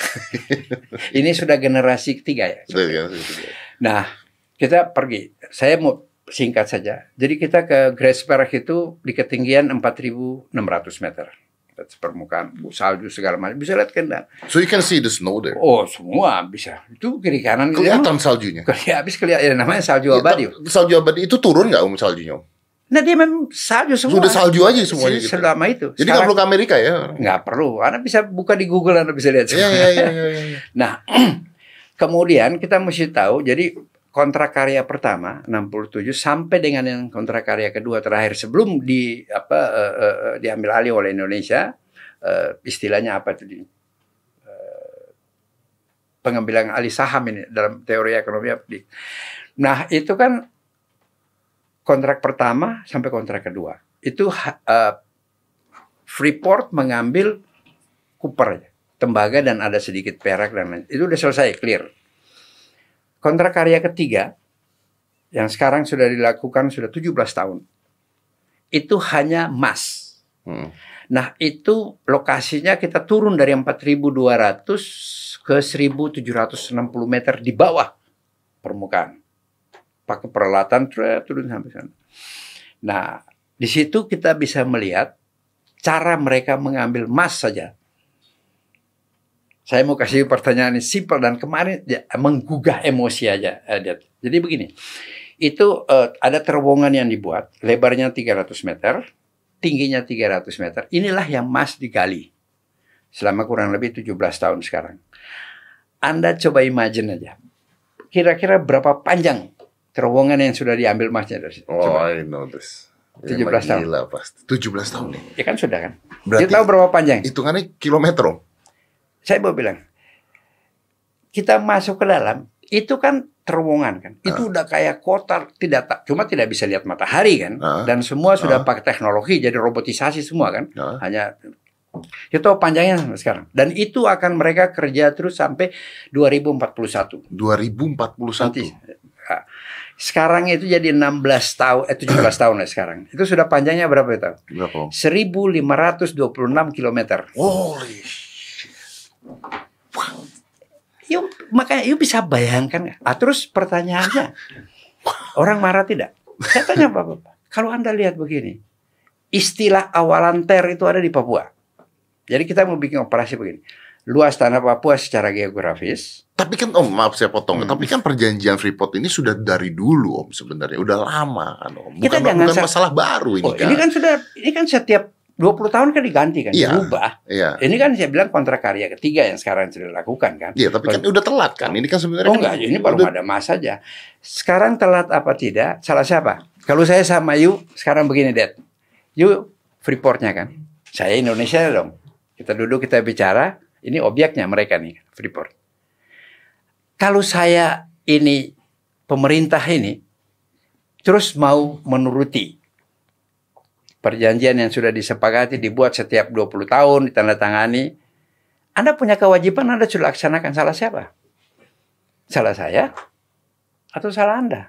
[SPEAKER 2] Ini sudah generasi ketiga ya. Nah, kita pergi. Saya mau singkat saja. Jadi kita ke Grasberg itu di ketinggian 4.600 meter. Permukaan salju segala macam bisa lihat kendang.
[SPEAKER 1] So you can see the snow there.
[SPEAKER 2] Oh, semua bisa. Itu kiri kanan
[SPEAKER 1] kelihatan saljunya.
[SPEAKER 2] Habis kelihatan namanya salju abadi.
[SPEAKER 1] Salju abadi itu turun nggak saljunya?
[SPEAKER 2] Nah, dia memang salju semua.
[SPEAKER 1] Sudah salju aja semuanya gitu.
[SPEAKER 2] Selama itu.
[SPEAKER 1] Jadi nggak perlu ke Amerika ya?
[SPEAKER 2] Nggak perlu. Anda bisa buka di Google, Anda bisa lihat semua.
[SPEAKER 1] Iya.
[SPEAKER 2] Nah, kemudian kita mesti tahu. Jadi kontrak karya pertama 67 sampai dengan yang kontrak karya kedua terakhir sebelum diambil alih oleh Indonesia, istilahnya apa itu pengambilan alih saham ini dalam teori ekonomi. Nah, itu kan kontrak pertama sampai kontrak kedua itu Freeport mengambil kuper, tembaga dan ada sedikit perak dan lain. Itu udah selesai, clear. Kontrak karya ketiga, yang sekarang sudah dilakukan sudah 17 tahun, itu hanya emas. Nah, itu lokasinya kita turun dari 4.200 ke 1.760 meter di bawah permukaan. Pakai peralatan turun sampai sana. Nah, di situ kita bisa melihat cara mereka mengambil emas saja. Saya mau kasih pertanyaan ini simpel dan kemarin menggugah emosi aja. Jadi begini, itu ada terowongan yang dibuat, lebarnya 300 meter, tingginya 300 meter. Inilah yang emas digali selama kurang lebih 17 tahun sekarang. Anda coba imagine aja, kira-kira berapa panjang terowongan yang sudah diambil emasnya dari situ?
[SPEAKER 1] Oh, I know this.
[SPEAKER 2] 17 tahun.
[SPEAKER 1] Gila, pasti. 17 tahun nih.
[SPEAKER 2] Ya kan sudah kan.
[SPEAKER 1] Berarti
[SPEAKER 2] Kita tahu berapa panjang?
[SPEAKER 1] Hitungannya kilometer dong.
[SPEAKER 2] Saya mau bilang, kita masuk ke dalam, itu kan terowongan kan. Itu udah kayak kota, cuma tidak bisa lihat matahari kan. Dan semua sudah pakai teknologi, jadi robotisasi semua kan. Hanya, itu panjangnya sampai sekarang. Dan itu akan mereka kerja terus sampai 2041.
[SPEAKER 1] 2041?
[SPEAKER 2] Nanti, sekarang itu jadi 16 tahun, 17 tahun lah sekarang. Itu sudah panjangnya berapa tahun?
[SPEAKER 1] Berapa?
[SPEAKER 2] 1.526 kilometer.
[SPEAKER 1] Holy.
[SPEAKER 2] Makanya you bisa bayangkan nggak? Terus pertanyaannya, orang marah tidak? Saya tanya Bapak, kalau Anda lihat begini, istilah awalan ter itu ada di Papua. Jadi kita mau bikin operasi begini. Luas tanah Papua secara geografis.
[SPEAKER 1] Tapi kan Om, maaf saya potong. Tapi kan perjanjian Freeport ini sudah dari dulu Om sebenarnya. Udah lama kan Om. Bukan masalah baru ini kan.
[SPEAKER 2] Ini kan setiap 20 tahun kan diganti kan, berubah.
[SPEAKER 1] Iya.
[SPEAKER 2] Ini kan saya bilang kontrak karya ketiga yang sekarang sudah dilakukan kan.
[SPEAKER 1] Iya, tapi kan udah telat kan. Ini kan sebenarnya
[SPEAKER 2] enggak, ini baru ada mas saja. Sekarang telat apa tidak? Salah siapa? Kalau saya sama you sekarang begini, Dad. You Freeport-nya kan. Saya Indonesia dong. Kita duduk, kita bicara. Ini objeknya mereka nih, Freeport. Kalau saya ini pemerintah ini terus mau menuruti perjanjian yang sudah disepakati, dibuat setiap 20 tahun, ditandatangani, Anda punya kewajiban, Anda sudah laksanakan. Salah siapa? Salah saya atau salah Anda?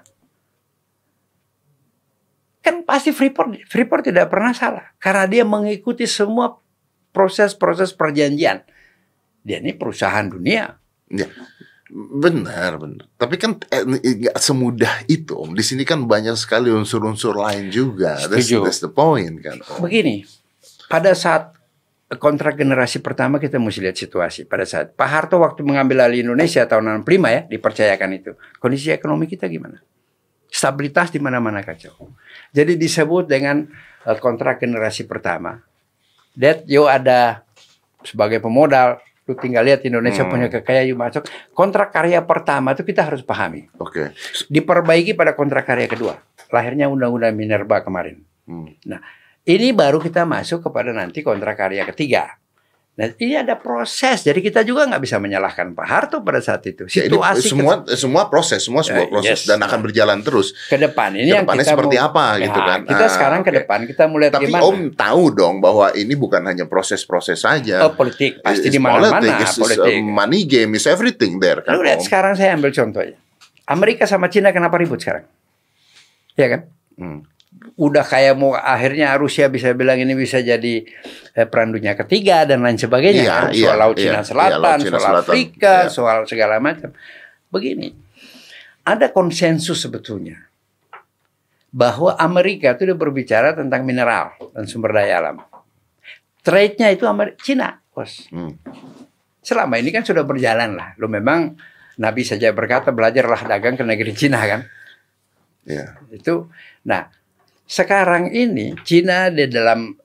[SPEAKER 2] Kan pasti Freeport tidak pernah salah. Karena dia mengikuti semua proses-proses perjanjian. Dia ini perusahaan dunia.
[SPEAKER 1] Ya, benar. Tapi kan nggak semudah itu Om. Di sini kan banyak sekali unsur-unsur lain juga. That's the point kan Om.
[SPEAKER 2] Begini, pada saat kontrak generasi pertama kita mesti lihat situasi. Pada saat Pak Harto waktu mengambil alih Indonesia tahun 65 ya, dipercayakan itu. Kondisi ekonomi kita gimana? Stabilitas di mana-mana kacau. Jadi disebut dengan kontrak generasi pertama. That you ada sebagai pemodal, lu tinggal lihat Indonesia punya kekayaan, you masuk. Kontrak karya pertama itu kita harus pahami.
[SPEAKER 1] Oke.
[SPEAKER 2] Diperbaiki pada kontrak karya kedua. Lahirnya Undang-Undang Minerba kemarin. Nah, ini baru kita masuk kepada nanti kontrak karya ketiga. Nah, ini ada proses. Jadi kita juga nggak bisa menyalahkan Pak Harto pada saat itu.
[SPEAKER 1] Situasi semua proses, semua sebuah proses dan akan berjalan terus
[SPEAKER 2] ke depan. Ini yang kita
[SPEAKER 1] seperti apa gitu kan.
[SPEAKER 2] Kita sekarang ke depan kita mulai
[SPEAKER 1] tapi
[SPEAKER 2] gimana.
[SPEAKER 1] Om tahu dong bahwa ini bukan hanya proses-proses saja.
[SPEAKER 2] Politik pasti di mana-mana. Politik.
[SPEAKER 1] Money game is everything there kan.
[SPEAKER 2] Lu lihat sekarang saya ambil contohnya. Amerika sama Cina kenapa ribut sekarang? Ya kan? Udah kayak mau akhirnya Rusia bisa bilang ini bisa jadi perang dunia ketiga dan lain sebagainya. Soal Laut Cina Selatan, soal Afrika, soal segala macam. Begini, ada konsensus sebetulnya bahwa Amerika itu udah berbicara tentang mineral dan sumber daya alam. Trade-nya itu Cina, bos. Selama ini kan sudah berjalan lah. Lo memang Nabi saja berkata belajarlah dagang ke negeri Cina kan.
[SPEAKER 1] Iya.
[SPEAKER 2] Itu, nah. Sekarang ini Cina di dalam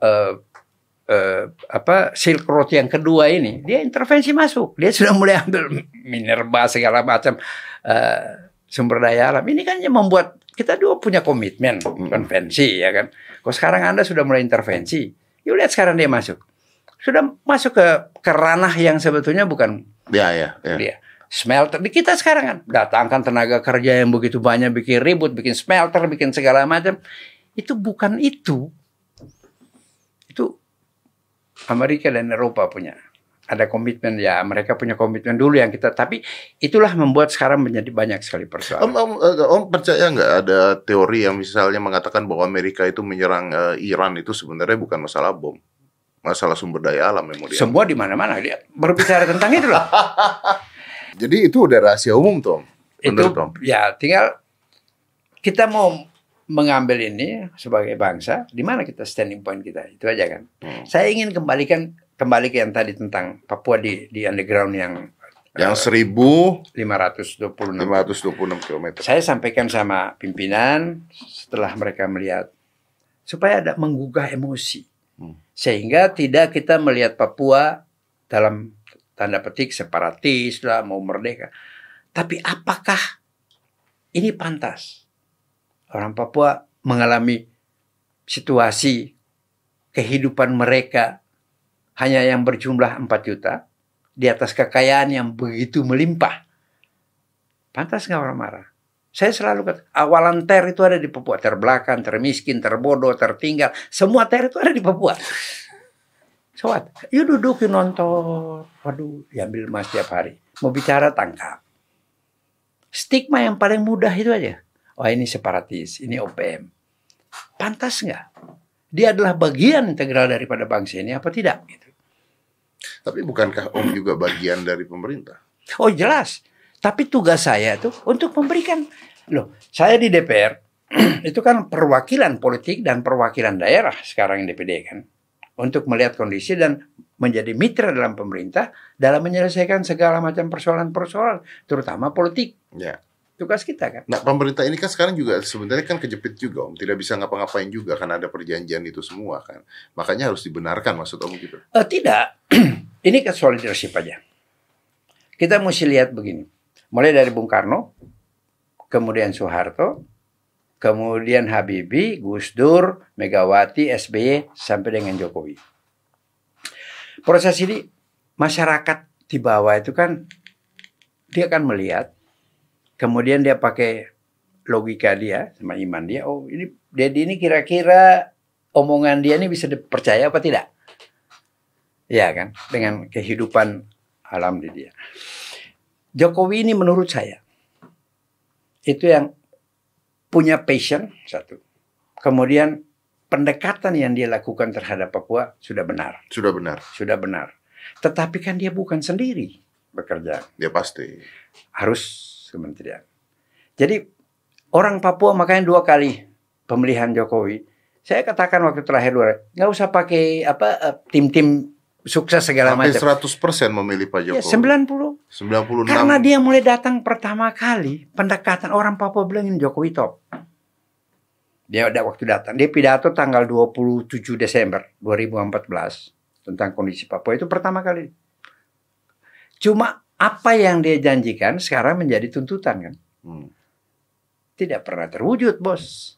[SPEAKER 2] Silk Road yang kedua ini dia intervensi masuk. Dia sudah mulai ambil minerba segala macam sumber daya alam. Ini kan yang membuat kita dua punya komitmen konvensi ya kan. Kalau sekarang Anda sudah mulai intervensi, yuk lihat sekarang dia masuk. Sudah masuk ke ranah yang sebetulnya bukan dia. Smelter di kita sekarang kan datangkan tenaga kerja yang begitu banyak, bikin ribut, bikin smelter, bikin segala macam. Itu bukan itu. Itu Amerika dan Eropa punya. Ada komitmen ya, mereka punya komitmen dulu yang kita. Tapi itulah membuat sekarang menjadi banyak sekali persoalan.
[SPEAKER 1] Om percaya nggak ada teori yang misalnya mengatakan bahwa Amerika itu menyerang Iran itu sebenarnya bukan masalah bom, masalah sumber daya alam yang mau diambil.
[SPEAKER 2] Semua di mana-mana dia berbicara tentang itu loh.
[SPEAKER 1] Jadi itu udah rahasia umum Tom.
[SPEAKER 2] Itu ya tinggal kita mau mengambil ini sebagai bangsa, di mana kita standing point kita, itu aja kan. Saya ingin kembali ke yang tadi tentang Papua di underground yang
[SPEAKER 1] 1.526 km.
[SPEAKER 2] Saya sampaikan sama pimpinan setelah mereka melihat supaya ada menggugah emosi, sehingga tidak kita melihat Papua dalam tanda petik separatis lah mau merdeka, tapi apakah ini pantas? Orang Papua mengalami situasi kehidupan mereka hanya yang berjumlah 4 juta di atas kekayaan yang begitu melimpah. Pantas nggak orang marah? Saya selalu kata, awalan ter itu ada di Papua. Terbelakang, termiskin, terbodoh, tertinggal. Semua ter itu ada di Papua. So what? You duduk, you nonton. Waduh, diambil emas tiap hari. Mau bicara, tangkap. Stigma yang paling mudah itu aja. Oh ini separatis, ini OPM. Pantas nggak? Dia adalah bagian integral daripada bangsa ini apa tidak? Gitu.
[SPEAKER 1] Tapi bukankah Om juga bagian dari pemerintah?
[SPEAKER 2] Oh jelas. Tapi tugas saya itu untuk memberikan, loh, saya di DPR itu kan perwakilan politik dan perwakilan daerah sekarang yang DPD kan, untuk melihat kondisi dan menjadi mitra dalam pemerintah dalam menyelesaikan segala macam persoalan-persoalan, terutama politik.
[SPEAKER 1] Ya.
[SPEAKER 2] Tugas kita kan.
[SPEAKER 1] Nah, pemerintah ini kan sekarang juga sebenarnya kan kejepit juga, Om. Tidak bisa ngapa-ngapain juga karena ada perjanjian itu semua kan. Makanya harus dibenarkan, maksud Om gitu.
[SPEAKER 2] Tidak. Ini ke leadership aja. Kita mesti lihat begini. Mulai dari Bung Karno, kemudian Soeharto, kemudian Habibie, Gus Dur, Megawati, SBY, sampai dengan Jokowi. Proses ini, masyarakat di bawah itu kan, dia akan melihat, kemudian dia pakai logika dia, sama iman dia, oh ini Dedi ini kira-kira omongan dia ini bisa dipercaya apa tidak? Ya kan, dengan kehidupan alam di dia. Jokowi ini menurut saya, itu yang punya passion, satu. Kemudian pendekatan yang dia lakukan terhadap Papua sudah benar.
[SPEAKER 1] Sudah benar.
[SPEAKER 2] Sudah benar. Tetapi kan dia bukan sendiri bekerja.
[SPEAKER 1] Ya pasti.
[SPEAKER 2] Harus kementerian. Jadi orang Papua makanya 2 kali pemilihan Jokowi. Saya katakan waktu terakhir nggak usah pakai tim-tim sukses segala macam.
[SPEAKER 1] Sampai 100% memilih Pak Jokowi.
[SPEAKER 2] Ya, 90.
[SPEAKER 1] 96.
[SPEAKER 2] Karena dia mulai datang pertama kali pendekatan orang Papua bilang ini Jokowi top. Dia ada waktu datang. Dia pidato tanggal 27 Desember 2014 tentang kondisi Papua itu pertama kali. Cuma apa yang dia janjikan sekarang menjadi tuntutan kan. Tidak pernah terwujud, bos.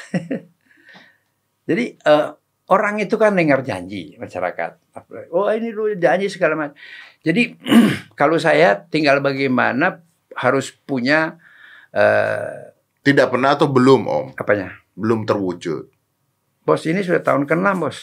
[SPEAKER 2] Jadi orang itu kan dengar janji masyarakat. Oh ini dulu janji segala macam. Jadi kalau saya tinggal bagaimana harus punya
[SPEAKER 1] tidak pernah atau belum, Om?
[SPEAKER 2] Apanya?
[SPEAKER 1] Belum terwujud.
[SPEAKER 2] Bos ini sudah tahun ke-6, bos.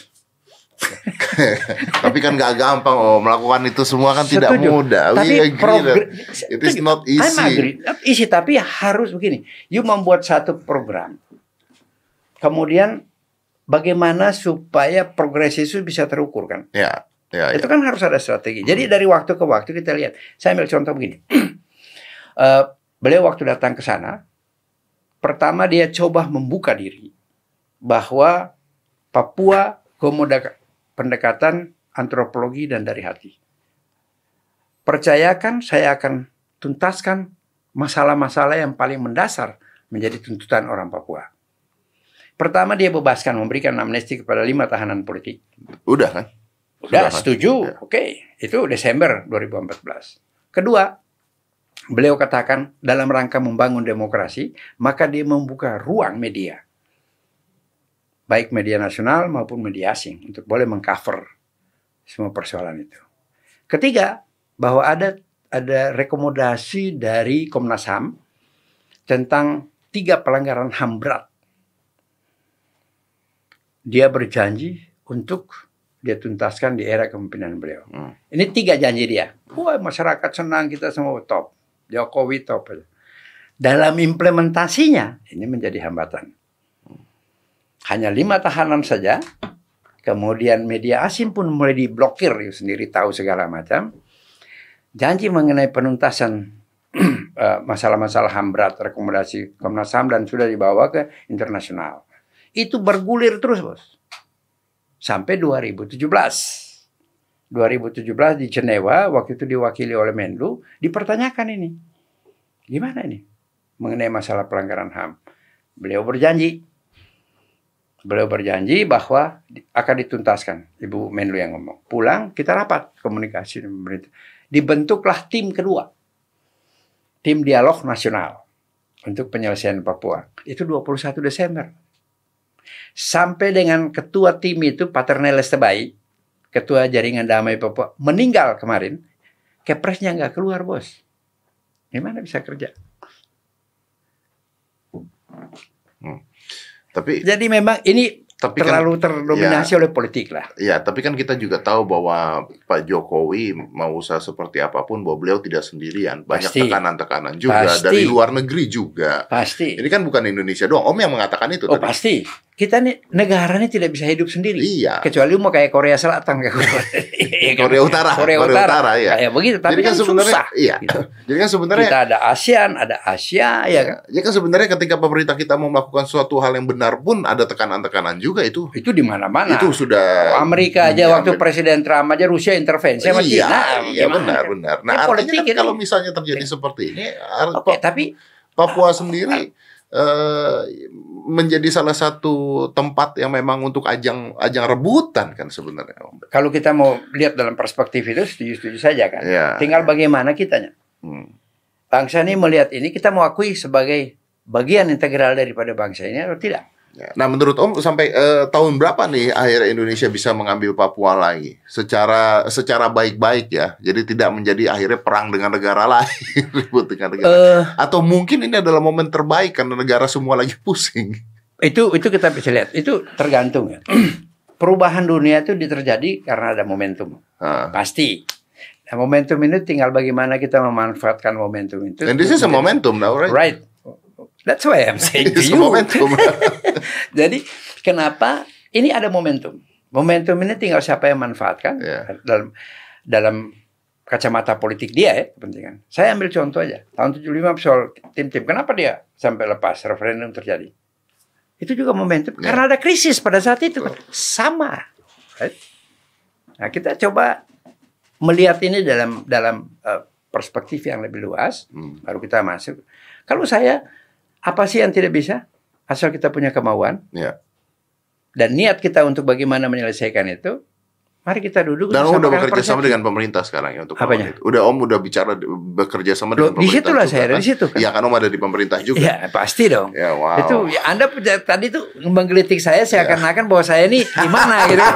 [SPEAKER 1] Tapi kan gak gampang, Om. Melakukan itu semua kan tidak mudah.
[SPEAKER 2] Tapi
[SPEAKER 1] it is not easy.
[SPEAKER 2] Easy, tapi harus begini. You membuat satu program. Kemudian bagaimana supaya progres itu bisa terukur kan?
[SPEAKER 1] Ya.
[SPEAKER 2] Itu kan harus ada strategi. Jadi dari waktu ke waktu kita lihat. Saya ambil contoh begini. Beliau waktu datang ke sana, pertama dia coba membuka diri bahwa Papua pendekatan antropologi dan dari hati. Percayakan saya akan tuntaskan masalah-masalah yang paling mendasar menjadi tuntutan orang Papua. Pertama dia bebaskan, memberikan amnesti kepada 5 tahanan politik.
[SPEAKER 1] Udah kan?
[SPEAKER 2] Udah, setuju. Ya. Oke, itu Desember 2014. Kedua, beliau katakan dalam rangka membangun demokrasi, maka dia membuka ruang media. Baik media nasional maupun media asing untuk boleh mengcover semua persoalan itu. Ketiga, bahwa ada rekomendasi dari Komnas HAM tentang 3 pelanggaran HAM berat. Dia berjanji untuk dia tuntaskan di era kepemimpinan beliau. Ini 3 janji dia. Wah, masyarakat senang, kita semua top. Jokowi top. Dalam implementasinya, ini menjadi hambatan. Hanya 5 tahanan saja. Kemudian media asing pun mulai diblokir. Sendiri tahu segala macam. Janji mengenai penuntasan masalah-masalah HAM berat, rekomendasi Komnas HAM dan sudah dibawa ke internasional. Itu bergulir terus, bos. Sampai 2017. 2017 di Jenewa, waktu itu diwakili oleh Menlu, dipertanyakan ini. Gimana ini? Mengenai masalah pelanggaran HAM. Beliau berjanji bahwa akan dituntaskan. Ibu Menlu yang ngomong. Pulang, kita rapat komunikasi dengan pemerintah. Dibentuklah tim kedua. Tim Dialog Nasional untuk penyelesaian Papua. Itu 21 Desember. Sampai dengan ketua tim itu, Paterneles Tebai, ketua Jaringan Damai Papua, meninggal kemarin. Kepresnya nggak keluar, bos. Gimana bisa kerja?
[SPEAKER 1] Tapi
[SPEAKER 2] jadi memang ini
[SPEAKER 1] Tapi
[SPEAKER 2] terlalu terdominasi oleh politik lah.
[SPEAKER 1] Ya, tapi kan kita juga tahu bahwa Pak Jokowi mau usaha seperti apapun, bahwa beliau tidak sendirian. Banyak
[SPEAKER 2] Pasti.
[SPEAKER 1] tekanan-tekanan juga
[SPEAKER 2] Pasti.
[SPEAKER 1] dari luar negeri juga.
[SPEAKER 2] Pasti.
[SPEAKER 1] Ini kan bukan Indonesia doang. Om yang mengatakan itu
[SPEAKER 2] Oh
[SPEAKER 1] tadi.
[SPEAKER 2] pasti. Kita nih negara ini tidak bisa hidup sendiri.
[SPEAKER 1] Iya.
[SPEAKER 2] Kecuali mau kayak Korea Selatan kayak
[SPEAKER 1] Korea Utara.
[SPEAKER 2] Korea Utara ya. Kayak begitu. Tapi
[SPEAKER 1] Jadi
[SPEAKER 2] kan
[SPEAKER 1] sebenarnya,
[SPEAKER 2] susah.
[SPEAKER 1] iya.
[SPEAKER 2] Gitu.
[SPEAKER 1] Jadi kan sebenarnya
[SPEAKER 2] Kita ada ASEAN, ada Asia, ya kan.
[SPEAKER 1] ya kan sebenarnya ketika pemerintah kita mau melakukan suatu hal yang benar pun ada tekanan-tekanan juga itu.
[SPEAKER 2] Itu di mana-mana.
[SPEAKER 1] Itu sudah
[SPEAKER 2] Amerika aja waktu Presiden Trump aja Rusia intervensi sama China.
[SPEAKER 1] Iya benar. Nah, artinya kan kalau misalnya terjadi seperti ini,
[SPEAKER 2] Oke, tapi
[SPEAKER 1] Papua sendiri menjadi salah satu tempat yang memang untuk ajang rebutan kan sebenarnya.
[SPEAKER 2] kalau kita mau lihat dalam perspektif itu setuju-setuju saja kan.
[SPEAKER 1] Ya,
[SPEAKER 2] Tinggal bagaimana kitanya. Bangsa ini melihat ini, kita mau akui sebagai bagian integral daripada bangsa ini atau tidak?
[SPEAKER 1] Ya. Nah, menurut Om sampai tahun berapa nih akhirnya Indonesia bisa mengambil Papua lagi secara baik-baik ya? Jadi tidak menjadi akhirnya perang dengan negara lain, ribut dengan negara. Atau mungkin ini adalah momen terbaik karena negara semua lagi pusing.
[SPEAKER 2] Itu kita bisa lihat. Itu tergantung ya. Perubahan dunia itu terjadi karena ada momentum. Pasti. Nah, momentum ini tinggal bagaimana kita memanfaatkan momentum itu.
[SPEAKER 1] And this is a momentum now, right?
[SPEAKER 2] Right. That's why I'm saying to
[SPEAKER 1] It's
[SPEAKER 2] you.
[SPEAKER 1] a momentum.
[SPEAKER 2] Jadi kenapa ini ada momentum? Momentum ini tinggal siapa yang manfaatkan dalam kacamata politik dia ya kepentingan. Saya ambil contoh aja. Tahun 75 soal tim-tim. Kenapa dia sampai lepas referendum terjadi? Itu juga momentum karena ada krisis pada saat itu. Sama. Right? Nah, kita coba melihat ini dalam perspektif yang lebih luas, baru kita masuk. Kalau saya, apa sih yang tidak bisa? Asal kita punya kemauan dan niat kita untuk bagaimana menyelesaikan itu, mari kita duduk.
[SPEAKER 1] Dan Om udah bekerja sama dengan pemerintah sekarang ya untuk
[SPEAKER 2] apanya?
[SPEAKER 1] Itu. Om udah bicara bekerja sama dengan pemerintah.
[SPEAKER 2] Di situlah
[SPEAKER 1] juga,
[SPEAKER 2] saya ada di situ.
[SPEAKER 1] Iya kan Om ada di pemerintah juga.
[SPEAKER 2] Ya pasti dong.
[SPEAKER 1] Ya, wow.
[SPEAKER 2] Itu ya, Anda tadi tuh menggelitik saya seakan-akan bahwa saya ini di mana gitu.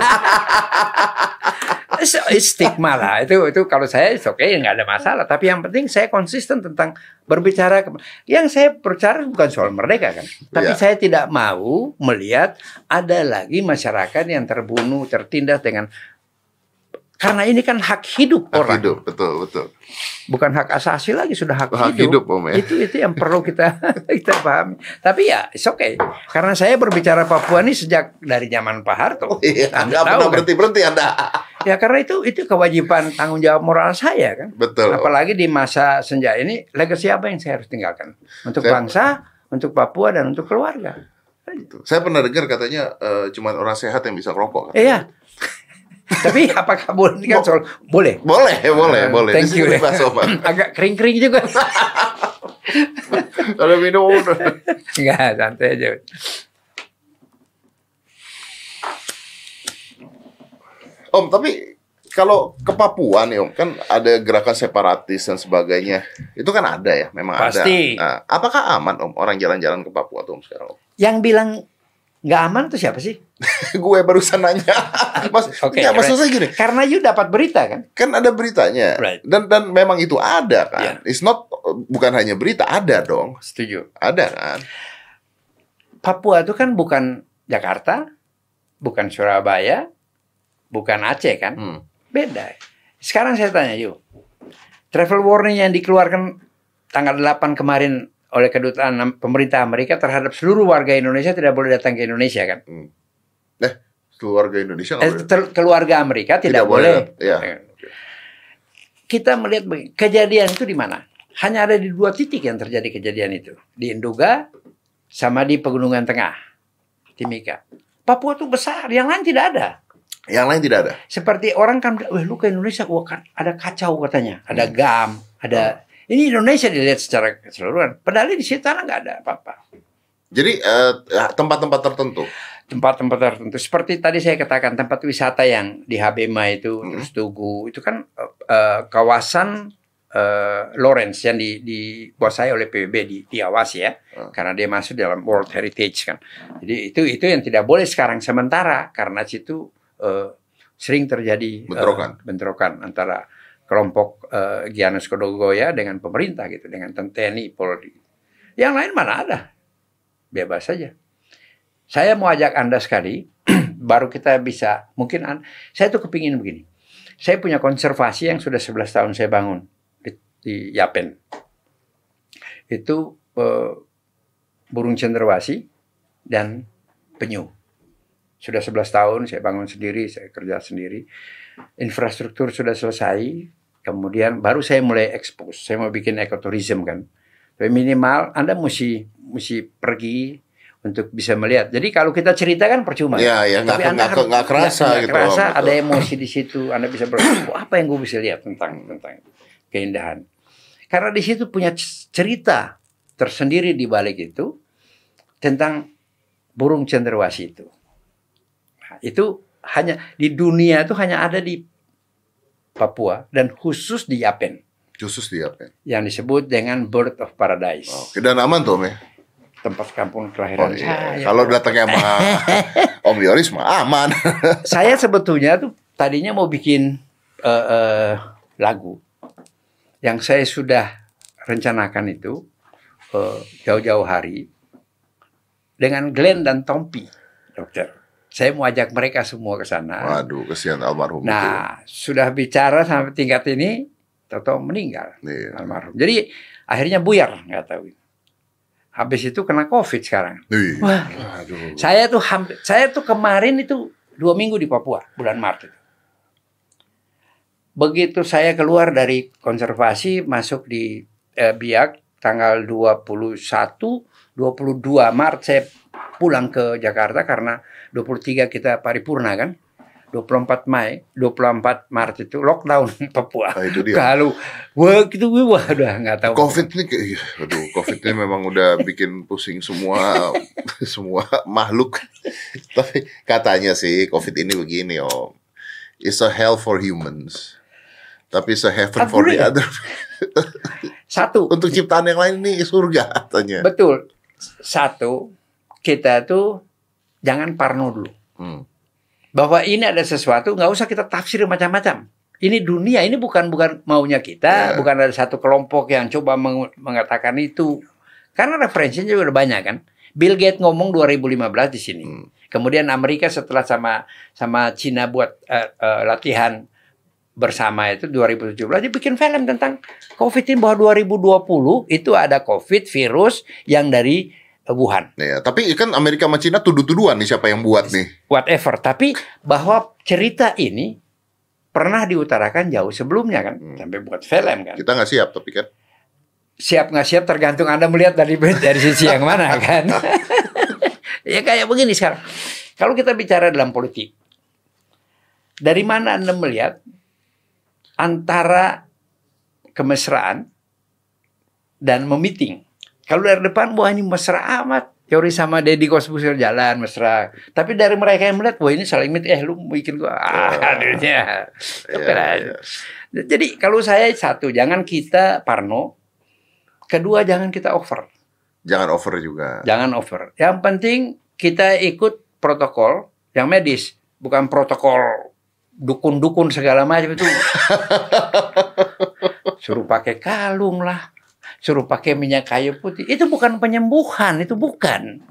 [SPEAKER 2] Stigma lah itu kalau saya oke nggak ada masalah, tapi yang penting saya konsisten tentang berbicara. Yang saya berbicara bukan soal merdeka kan, tapi saya tidak mau melihat ada lagi masyarakat yang terbunuh, tertindas dengan, karena ini kan hak hidup orang.
[SPEAKER 1] Hak hidup, betul.
[SPEAKER 2] Bukan hak asasi lagi, sudah hak
[SPEAKER 1] hidup Om ya.
[SPEAKER 2] Itu yang perlu kita pahami. Tapi ya, it's okay. Karena saya berbicara Papua ini sejak dari zaman Pak Harto.
[SPEAKER 1] Anda pernah berhenti Anda.
[SPEAKER 2] Ya karena itu kewajiban tanggung jawab moral saya kan.
[SPEAKER 1] Betul.
[SPEAKER 2] Apalagi di masa senja ini, legacy apa yang saya harus tinggalkan untuk bangsa, untuk Papua dan untuk keluarga.
[SPEAKER 1] Saya pernah dengar katanya cuma orang sehat yang bisa rokok.
[SPEAKER 2] Iya. Tapi apakah boleh kan soal boleh?
[SPEAKER 1] Boleh.
[SPEAKER 2] Thank you. Agak kering-kering juga.
[SPEAKER 1] Ada minum udah.
[SPEAKER 2] Enggak, santai aja.
[SPEAKER 1] Om, tapi kalau ke Papua nih Om, kan ada gerakan separatis dan sebagainya. Itu kan ada ya, memang
[SPEAKER 2] Pasti.
[SPEAKER 1] ada. Nah, apakah aman Om orang jalan-jalan ke Papua tuh Om sekarang Om?
[SPEAKER 2] Yang bilang nggak aman tuh siapa sih?
[SPEAKER 1] Gue barusan nanya. Maksud saya gini.
[SPEAKER 2] Karena you dapat berita kan?
[SPEAKER 1] Kan ada beritanya.
[SPEAKER 2] Right.
[SPEAKER 1] Dan memang itu ada kan. It's not, bukan hanya berita, ada dong.
[SPEAKER 2] Setuju.
[SPEAKER 1] Ada kan.
[SPEAKER 2] Papua itu kan bukan Jakarta, bukan Surabaya, bukan Aceh kan? Beda. Sekarang saya tanya you. Travel warning yang dikeluarkan tanggal 8 kemarin oleh kedutaan pemerintah Amerika terhadap seluruh warga Indonesia tidak boleh datang ke Indonesia kan?
[SPEAKER 1] Keluarga Indonesia
[SPEAKER 2] keluarga Amerika tidak boleh.
[SPEAKER 1] Ya.
[SPEAKER 2] Kita melihat kejadian itu di mana? Hanya ada di 2 titik yang terjadi kejadian itu. Di Induga sama di Pegunungan Tengah, Timika. Papua itu besar, yang lain tidak ada.
[SPEAKER 1] Yang lain tidak ada.
[SPEAKER 2] Seperti orang kan, lu ke Indonesia, kan ada kacau katanya, ada GAM, ada. Ini Indonesia dilihat secara keseluruhan. Padahal di sana nggak ada apa-apa.
[SPEAKER 1] Jadi tempat-tempat tertentu.
[SPEAKER 2] Tempat-tempat tertentu. Seperti tadi saya katakan, tempat wisata yang di Habema itu, terus Tugu, itu kan kawasan Lawrence yang dikuasai oleh PBB, diawasi ya. Karena dia masuk dalam World Heritage kan. Jadi itu yang tidak boleh sekarang sementara, karena situ sering terjadi bentrokan antara kelompok Gianus Kodogoya dengan pemerintah gitu, dengan TNI, Polri. Yang lain mana ada? Bebas saja. Saya mau ajak Anda sekali, baru kita bisa, mungkin saya tuh kepingin begini. Saya punya konservasi yang sudah 11 tahun saya bangun di Yapen. Itu burung cendrawasih dan penyu. Sudah 11 tahun saya bangun sendiri, saya kerja sendiri. Infrastruktur sudah selesai, kemudian baru saya mulai expose. Saya mau bikin ekoturism kan. Tapi minimal Anda mesti pergi untuk bisa melihat. Jadi kalau kita cerita kan percuma.
[SPEAKER 1] Ya,
[SPEAKER 2] tapi Anda
[SPEAKER 1] nggak kerasa gitu.
[SPEAKER 2] Kerasa ada emosi di situ. Anda bisa berpikir, apa yang gue bisa lihat tentang keindahan. Karena di situ punya cerita tersendiri di balik itu tentang burung cendrawasih itu. Nah, itu hanya di dunia itu hanya ada di Papua dan khusus di Yapen.
[SPEAKER 1] Khusus di Yapen.
[SPEAKER 2] Yang disebut dengan Bird of Paradise.
[SPEAKER 1] Oke, dan aman tuh, Om ya?
[SPEAKER 2] Tempat kampung kelahiran saya.
[SPEAKER 1] Kalau datangnya sama Om Yoris mah aman.
[SPEAKER 2] Saya sebetulnya tuh tadinya mau bikin lagu yang saya sudah rencanakan itu jauh-jauh hari dengan Glenn dan Tompi, dokter. Saya mau ajak mereka semua ke sana.
[SPEAKER 1] Waduh, kesian almarhum.
[SPEAKER 2] Nah, sudah bicara sampai tingkat ini, tahu-tahu meninggal almarhum. Jadi akhirnya buyar, nggak tahu. Habis itu kena COVID sekarang. Wah, saya tuh kemarin itu 2 minggu di Papua, bulan Maret itu. Begitu saya keluar dari konservasi, masuk di Biak, tanggal 21, 22 Maret saya pulang ke Jakarta karena 23 kita paripurna kan. 24 Maret itu lockdown Papua.
[SPEAKER 1] Nah, itu dia.
[SPEAKER 2] Kalau wah udah nggak tahu.
[SPEAKER 1] COVID ini COVID ini memang udah bikin pusing semua semua makhluk. Tapi katanya sih COVID ini begini, Om. It's a hell for humans. Tapi it's a heaven for the other.
[SPEAKER 2] Satu.
[SPEAKER 1] Untuk ciptaan yang lain ini surga katanya.
[SPEAKER 2] Betul. Satu, kita tuh jangan parno dulu. Bahwa ini ada sesuatu, nggak usah kita tafsir macam-macam. Ini dunia, ini bukan maunya kita, bukan ada satu kelompok yang coba mengatakan itu. Karena referensinya juga udah banyak kan. Bill Gates ngomong 2015 di sini. Kemudian Amerika setelah sama Cina buat latihan bersama itu 2017 dia bikin film tentang COVID ini, bahwa 2020 itu ada COVID virus yang dari Wuhan.
[SPEAKER 1] Ya, tapi kan Amerika sama Cina tuduh-tuduhan nih siapa yang buat nih.
[SPEAKER 2] Whatever. Tapi bahwa cerita ini pernah diutarakan jauh sebelumnya kan. Sampai buat film kan.
[SPEAKER 1] Kita nggak siap tapi kan.
[SPEAKER 2] Siap nggak siap tergantung Anda melihat dari sisi yang mana kan. Ya kayak begini sekarang. Kalau kita bicara dalam politik. Dari mana Anda melihat antara kemesraan dan memiting? Kalau dari depan, wah ini mesra amat. Yori sama Deddy Corbuzier jalan mesra. Tapi dari mereka yang melihat, wah ini saling lu bikin gua. Aduhnya. Jadi kalau saya satu, jangan kita parno. Kedua, jangan kita over.
[SPEAKER 1] Jangan over juga.
[SPEAKER 2] Jangan over. Yang penting kita ikut protokol yang medis. Bukan protokol dukun-dukun segala macam itu. Suruh pakai kalung lah. Suruh pakai minyak kayu putih. Itu bukan penyembuhan, itu bukan.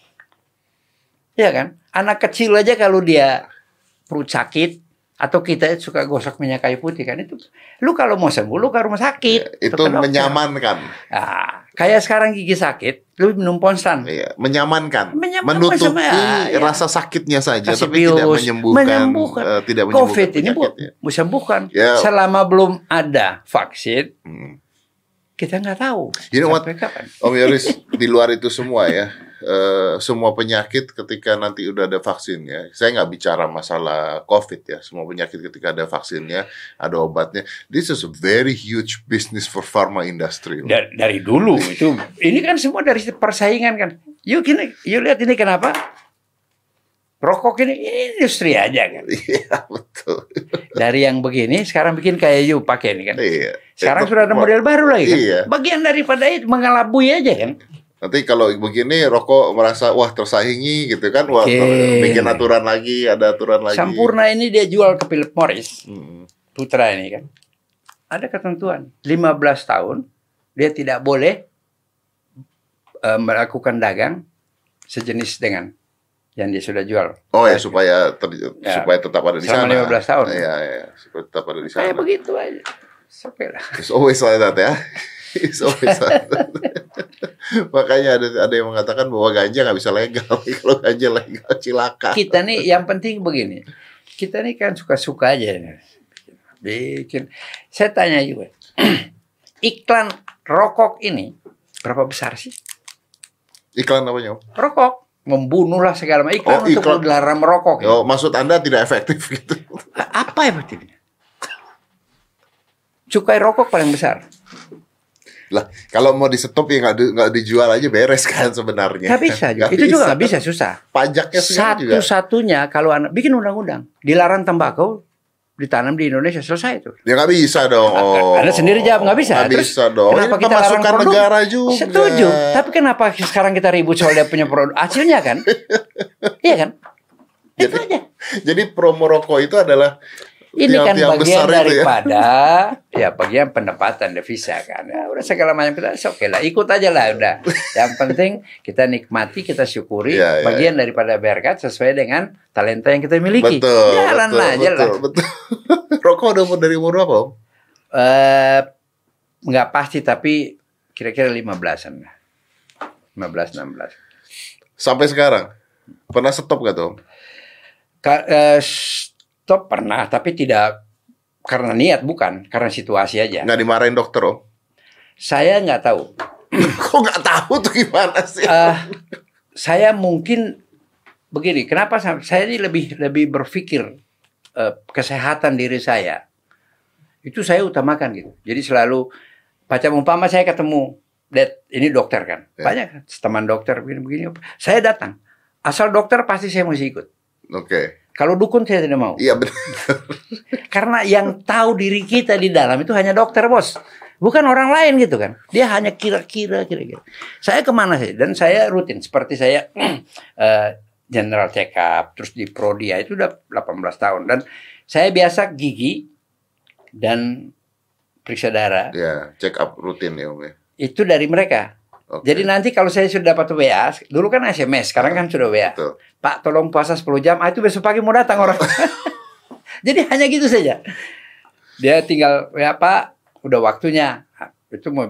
[SPEAKER 2] Ya kan? Anak kecil aja kalau dia perut sakit, atau kita suka gosok minyak kayu putih kan itu. Lu kalau mau sembuh, lu ke rumah sakit.
[SPEAKER 1] Ya, itu menyamankan.
[SPEAKER 2] Nah, kayak sekarang gigi sakit, lu minum Ponstan.
[SPEAKER 1] Iya, menyamankan. Menutupi rasa sakitnya saja, tapi
[SPEAKER 2] bius,
[SPEAKER 1] tidak menyembuhkan. Tidak menyembuhkan
[SPEAKER 2] COVID ini menyembuhkan.
[SPEAKER 1] Ya.
[SPEAKER 2] Selama belum ada vaksin, kita nggak tahu
[SPEAKER 1] sampai
[SPEAKER 2] kapan.
[SPEAKER 1] Om Yoris, di luar itu semua ya, semua penyakit ketika nanti udah ada vaksinnya, saya nggak bicara masalah COVID ya, semua penyakit ketika ada vaksinnya, ada obatnya, this is a very huge business for pharma industry.
[SPEAKER 2] Dari dulu itu, ini kan semua dari persaingan kan. Yuk lihat ini kenapa? Rokok ini industri aja kan.
[SPEAKER 1] Iya, betul.
[SPEAKER 2] Dari yang begini sekarang bikin kayak you pakai ini kan.
[SPEAKER 1] Iya.
[SPEAKER 2] Sekarang sudah ada model baru lagi kan.
[SPEAKER 1] Iya.
[SPEAKER 2] Bagian daripada itu mengelabui aja kan.
[SPEAKER 1] Nanti kalau begini rokok merasa wah tersaingi gitu kan, wah bikin aturan lagi, ada aturan lagi.
[SPEAKER 2] Sampurna ini dia jual ke Philip Morris. Putra ini kan. Ada ketentuan 15 tahun dia tidak boleh melakukan dagang sejenis dengan yang dia sudah jual.
[SPEAKER 1] Oh ya, supaya tetap ada di sana.
[SPEAKER 2] Selama 15 tahun.
[SPEAKER 1] Iya, supaya tetap ada di sana.
[SPEAKER 2] Kayak begitu aja. Oke lah.
[SPEAKER 1] It's always like that ya. It's always like that. Makanya ada yang mengatakan bahwa ganja nggak bisa legal. Kalau ganja legal cilaka.
[SPEAKER 2] Kita nih yang penting begini. Kita nih kan suka-suka aja. Bikin. Saya tanya juga. Iklan rokok ini berapa besar sih?
[SPEAKER 1] Iklan apanya?
[SPEAKER 2] Rokok. Membunuhlah segala macam. Iklan untuk dilarang merokok.
[SPEAKER 1] Oh, maksud Anda tidak efektif gitu?
[SPEAKER 2] Apa efektifnya? Cukai rokok paling besar.
[SPEAKER 1] Lah, kalau mau di stop ya nggak dijual aja beres kan sebenarnya.
[SPEAKER 2] Nggak bisa. Itu juga nggak bisa, susah.
[SPEAKER 1] Pajaknya juga.
[SPEAKER 2] Satu-satunya kalau anak bikin undang-undang dilarang tembakau ditanam di Indonesia, selesai itu.
[SPEAKER 1] Ya nggak bisa dong.
[SPEAKER 2] Anda sendiri jawab nggak bisa.
[SPEAKER 1] Nggak bisa dong.
[SPEAKER 2] Kenapa
[SPEAKER 1] ini
[SPEAKER 2] kita larang produk?
[SPEAKER 1] negara juga.
[SPEAKER 2] Setuju. Tapi kenapa sekarang kita ribut soal dia punya produk? Hasilnya kan? Iya kan? Itu aja.
[SPEAKER 1] Jadi promo rokok itu adalah
[SPEAKER 2] ini kan bagian daripada
[SPEAKER 1] ya
[SPEAKER 2] bagian pendapatan devisa kan. Ya, udah segala macam kita oke lah, ikut aja lah udah. Yang penting kita nikmati, kita syukuri bagian daripada berkat sesuai dengan talenta yang kita miliki. Jalan aja lah.
[SPEAKER 1] Betul. Rokok udah dari umur berapa, Om?
[SPEAKER 2] Nggak pasti tapi kira-kira 15-an. 15-16.
[SPEAKER 1] Sampai sekarang pernah stop gak tuh, Om?
[SPEAKER 2] Stop pernah, tapi tidak karena niat, bukan karena situasi aja.
[SPEAKER 1] Nggak dimarahin dokter, Om?
[SPEAKER 2] Saya nggak tahu.
[SPEAKER 1] Kok nggak tahu tuh gimana sih?
[SPEAKER 2] Saya mungkin begini. Kenapa saya ini lebih berpikir kesehatan diri saya. Itu saya utamakan gitu. Jadi selalu baca umpama saya ketemu, ini dokter kan, banyak teman dokter begini. Saya datang. Asal dokter pasti saya mesti ikut.
[SPEAKER 1] Oke.
[SPEAKER 2] Kalau dukun saya tidak mau.
[SPEAKER 1] Iya benar.
[SPEAKER 2] Karena yang tahu diri kita di dalam itu hanya dokter, bos. Bukan orang lain gitu kan. Dia hanya kira-kira. Saya kemana sih? Dan saya rutin. Seperti saya general check up. Terus di Prodia itu udah 18 tahun. Dan saya biasa gigi dan periksa darah.
[SPEAKER 1] Ya, check up rutin ya, Om.
[SPEAKER 2] Itu dari mereka. Okay. Jadi nanti kalau saya sudah dapat WA, dulu kan SMS, sekarang kan sudah WA. Betul. Pak, tolong puasa 10 jam. Itu besok pagi mau datang orang. Jadi hanya gitu saja. Dia tinggal WA, Pak, udah waktunya. Itu mau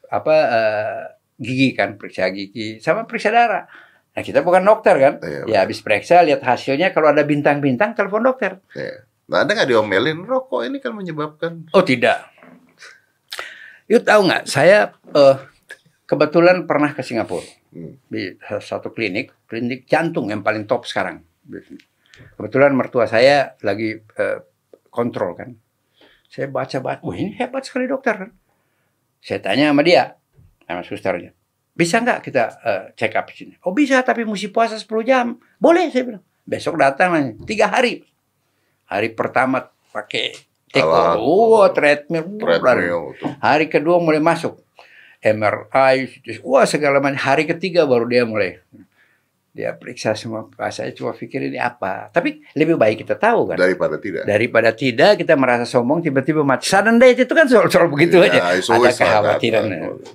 [SPEAKER 2] gigi kan, periksa gigi sama periksa darah. Nah, kita bukan dokter kan. Ya habis periksa, lihat hasilnya, kalau ada bintang-bintang telepon dokter.
[SPEAKER 1] Nah, Anda nggak diomelin rokok ini kan menyebabkan?
[SPEAKER 2] Oh, tidak. Yuk tahu nggak, saya kebetulan pernah ke Singapura di satu klinik jantung yang paling top sekarang. Kebetulan mertua saya lagi kontrol kan. Saya baca, wah ini hebat sekali dokter kan. Saya tanya sama dia, sama susternya, bisa nggak kita check up di sini? Oh bisa, tapi mesti puasa 10 jam. Boleh, saya bilang. Besok datang lagi, 3 hari. Hari pertama pakai treadmill. Hari kedua mulai masuk. MRI, segala macam. Hari ketiga baru dia mulai. Dia periksa semua. Saya cuma pikir ini apa. Tapi lebih baik kita tahu kan. Daripada tidak kita merasa sombong tiba-tiba mati. Sudden death itu kan soal begitu aja. Ada kekhawatiran.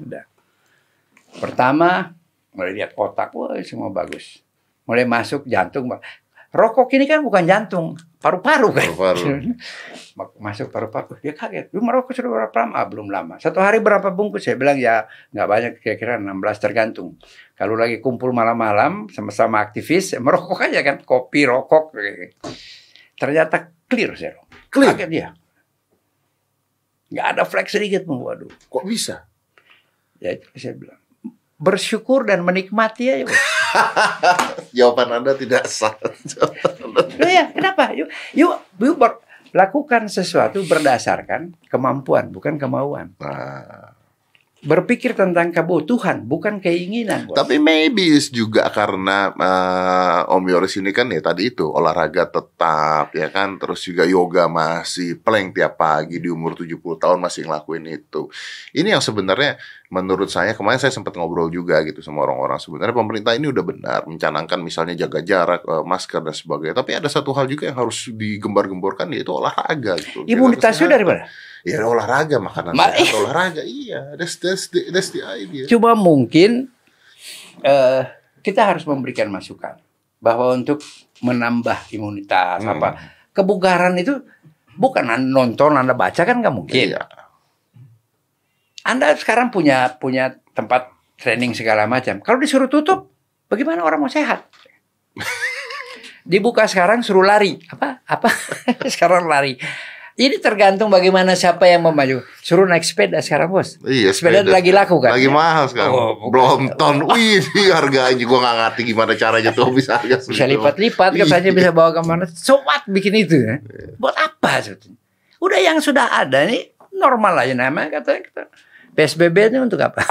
[SPEAKER 2] Pertama, mulai lihat otak. Wah semua bagus. Mulai masuk jantung. Rokok ini kan bukan jantung, paru-paru kan. Masuk paru-paru, dia kaget. Lu merokok sudah berapa lama? Belum lama. 1 hari berapa bungkus? Saya bilang ya nggak banyak, kira-kira 16 tergantung. Kalau lagi kumpul malam-malam sama-sama aktivis, merokok aja kan, kopi, rokok. Ternyata clear saya. Kaget dia. Nggak ada flek sedikit pun. Waduh.
[SPEAKER 1] Kok bisa?
[SPEAKER 2] Ya itu saya bilang. Bersyukur dan menikmati aja.
[SPEAKER 1] Jawaban Anda tidak sah.
[SPEAKER 2] Ya, kenapa? Yuk lakukan sesuatu berdasarkan kemampuan, bukan kemauan. Berpikir tentang kebutuhan, bukan keinginan. Bos.
[SPEAKER 1] Tapi maybe juga karena Om Yoris ini kan ya tadi itu olahraga tetap ya kan, terus juga yoga masih, plank tiap pagi di umur 70 tahun masih ngelakuin itu. Ini yang sebenarnya menurut saya, kemarin saya sempat ngobrol juga gitu sama orang-orang, sebenarnya pemerintah ini udah benar mencanangkan misalnya jaga jarak, masker dan sebagainya. Tapi ada satu hal juga yang harus digembar-gemborkan, yaitu olahraga gitu.
[SPEAKER 2] Imunitasnya dari mana?
[SPEAKER 1] Ya olahraga, makanan sehat, olahraga, iya. That's the idea.
[SPEAKER 2] Cuma mungkin kita harus memberikan masukan. bahwa untuk menambah imunitas apa kebugaran itu bukan nonton, Anda baca kan nggak mungkin.
[SPEAKER 1] Iya.
[SPEAKER 2] Anda sekarang punya tempat training segala macam. Kalau disuruh tutup, bagaimana orang mau sehat? Dibuka sekarang suruh lari. Apa? Sekarang lari. Ini tergantung bagaimana siapa yang mau maju. Suruh naik sepeda sekarang, Bos.
[SPEAKER 1] Iya,
[SPEAKER 2] sepeda lagi laku kan?
[SPEAKER 1] Lagi mahal sekarang. Brompton. Wih, harganya gue nggak ngerti gimana caranya tuh bisa harga
[SPEAKER 2] bisa lipat-lipat katanya, bisa bawa kemana. So what bikin itu ya? Buat apa sebetulnya? Udah yang sudah ada nih normal aja namanya katanya. PSBB-nya untuk apa?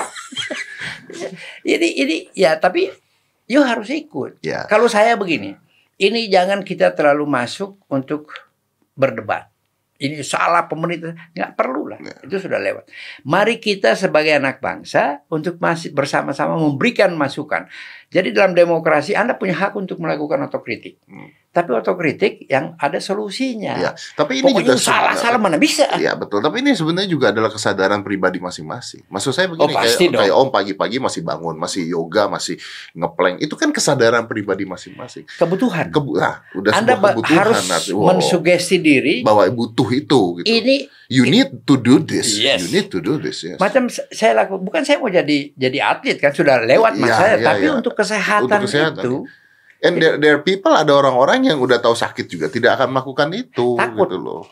[SPEAKER 2] ini ya, tapi you harus ikut.
[SPEAKER 1] Ya.
[SPEAKER 2] Kalau saya begini, ini jangan kita terlalu masuk untuk berdebat. Ini salah pemerintah, nggak perlu lah. Ya. Itu sudah lewat. Mari kita sebagai anak bangsa untuk masih bersama-sama memberikan masukan. Jadi dalam demokrasi Anda punya hak untuk melakukan otokritik. Tapi otokritik yang ada solusinya.
[SPEAKER 1] Ya, tapi ini
[SPEAKER 2] pokoknya
[SPEAKER 1] juga
[SPEAKER 2] salah mana bisa.
[SPEAKER 1] Iya betul. Tapi ini sebenarnya juga adalah kesadaran pribadi masing-masing. Maksud saya begini, kayak Om pagi-pagi masih bangun, masih yoga, masih ngeplank. Itu kan kesadaran pribadi masing-masing.
[SPEAKER 2] Kebutuhan.
[SPEAKER 1] Udah
[SPEAKER 2] Anda
[SPEAKER 1] kebutuhan.
[SPEAKER 2] Harus mensugesti diri
[SPEAKER 1] bahwa butuh itu. Gitu. You need to do this.
[SPEAKER 2] Yes.
[SPEAKER 1] You need to do this. Yes.
[SPEAKER 2] Macam saya lakukan, bukan saya mau jadi atlet kan, sudah lewat masa tapi untuk kesehatan itu.
[SPEAKER 1] And there are people, ada orang-orang yang udah tahu sakit juga tidak akan melakukan itu.
[SPEAKER 2] Takut.
[SPEAKER 1] Gitu loh.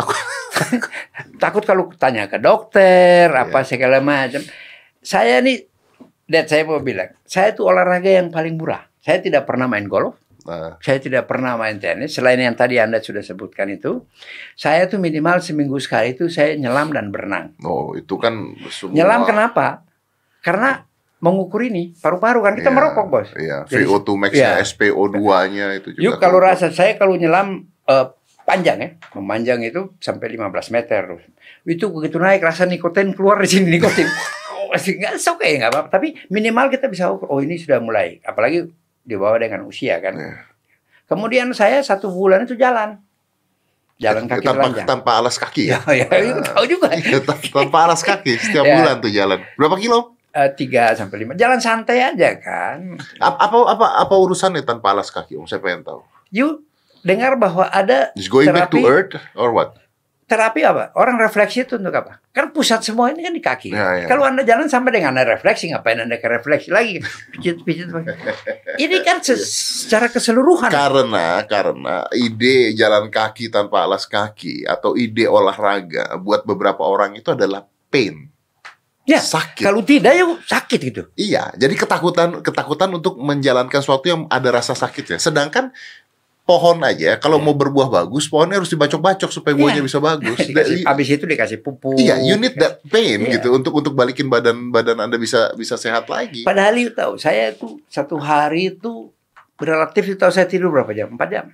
[SPEAKER 2] Takut kalau tanya ke dokter apa segala macam. Saya nih, saya mau bilang, saya itu olahraga yang paling murah. Saya tidak pernah main golf. Saya tidak pernah main tenis. Selain yang tadi Anda sudah sebutkan itu, saya tuh minimal seminggu sekali itu saya nyelam dan berenang.
[SPEAKER 1] Oh, itu kan semua.
[SPEAKER 2] Nyelam kenapa? Karena mengukur ini paru-paru kan kita merokok, Bos.
[SPEAKER 1] Iya, VO2 max-nya, SPO2-nya itu juga.
[SPEAKER 2] Yuk kalau rasa saya kalau nyelam panjang ya, memanjang itu sampai 15 meter. Itu begitu naik rasa nikotin keluar di sini nikotin. Nggak oke nggak apa-apa. Tapi minimal kita bisa ukur, oh ini sudah mulai. Apalagi dibawa dengan usia kan. Kemudian saya 1 bulan itu jalan kaki telanjang.
[SPEAKER 1] Tanpa alas kaki ya?
[SPEAKER 2] Ya, tahu juga.
[SPEAKER 1] Tanpa alas kaki setiap bulan tuh jalan. Berapa kilo?
[SPEAKER 2] 3-5. Jalan santai aja kan.
[SPEAKER 1] Apa urusannya tanpa alas kaki? Saya pengen tahu.
[SPEAKER 2] You dengar bahwa ada
[SPEAKER 1] Is going
[SPEAKER 2] terapi,
[SPEAKER 1] back to earth or what?
[SPEAKER 2] Terapi apa? Orang refleksi itu untuk apa? Kan pusat semua ini kan di kaki.
[SPEAKER 1] Ya.
[SPEAKER 2] Kalau Anda jalan sampai dengan Anda refleksi, ngapain Anda ke refleksi lagi? Pijit. Ini kan secara keseluruhan.
[SPEAKER 1] Karena ide jalan kaki tanpa alas kaki atau ide olahraga buat beberapa orang itu adalah pain.
[SPEAKER 2] Ya,
[SPEAKER 1] sakit.
[SPEAKER 2] Kalau tidak ya sakit gitu.
[SPEAKER 1] Iya, jadi ketakutan untuk menjalankan sesuatu yang ada rasa sakitnya. Sedangkan pohon aja kalau mau berbuah bagus, pohonnya harus dibacok-bacok supaya buahnya bisa bagus.
[SPEAKER 2] Habis itu dikasih pupuk.
[SPEAKER 1] Iya, you need that pain gitu untuk balikin badan Anda bisa sehat lagi.
[SPEAKER 2] Padahal you tahu, saya tuh 1 hari itu relatif tahu saya tidur berapa jam? 4 jam.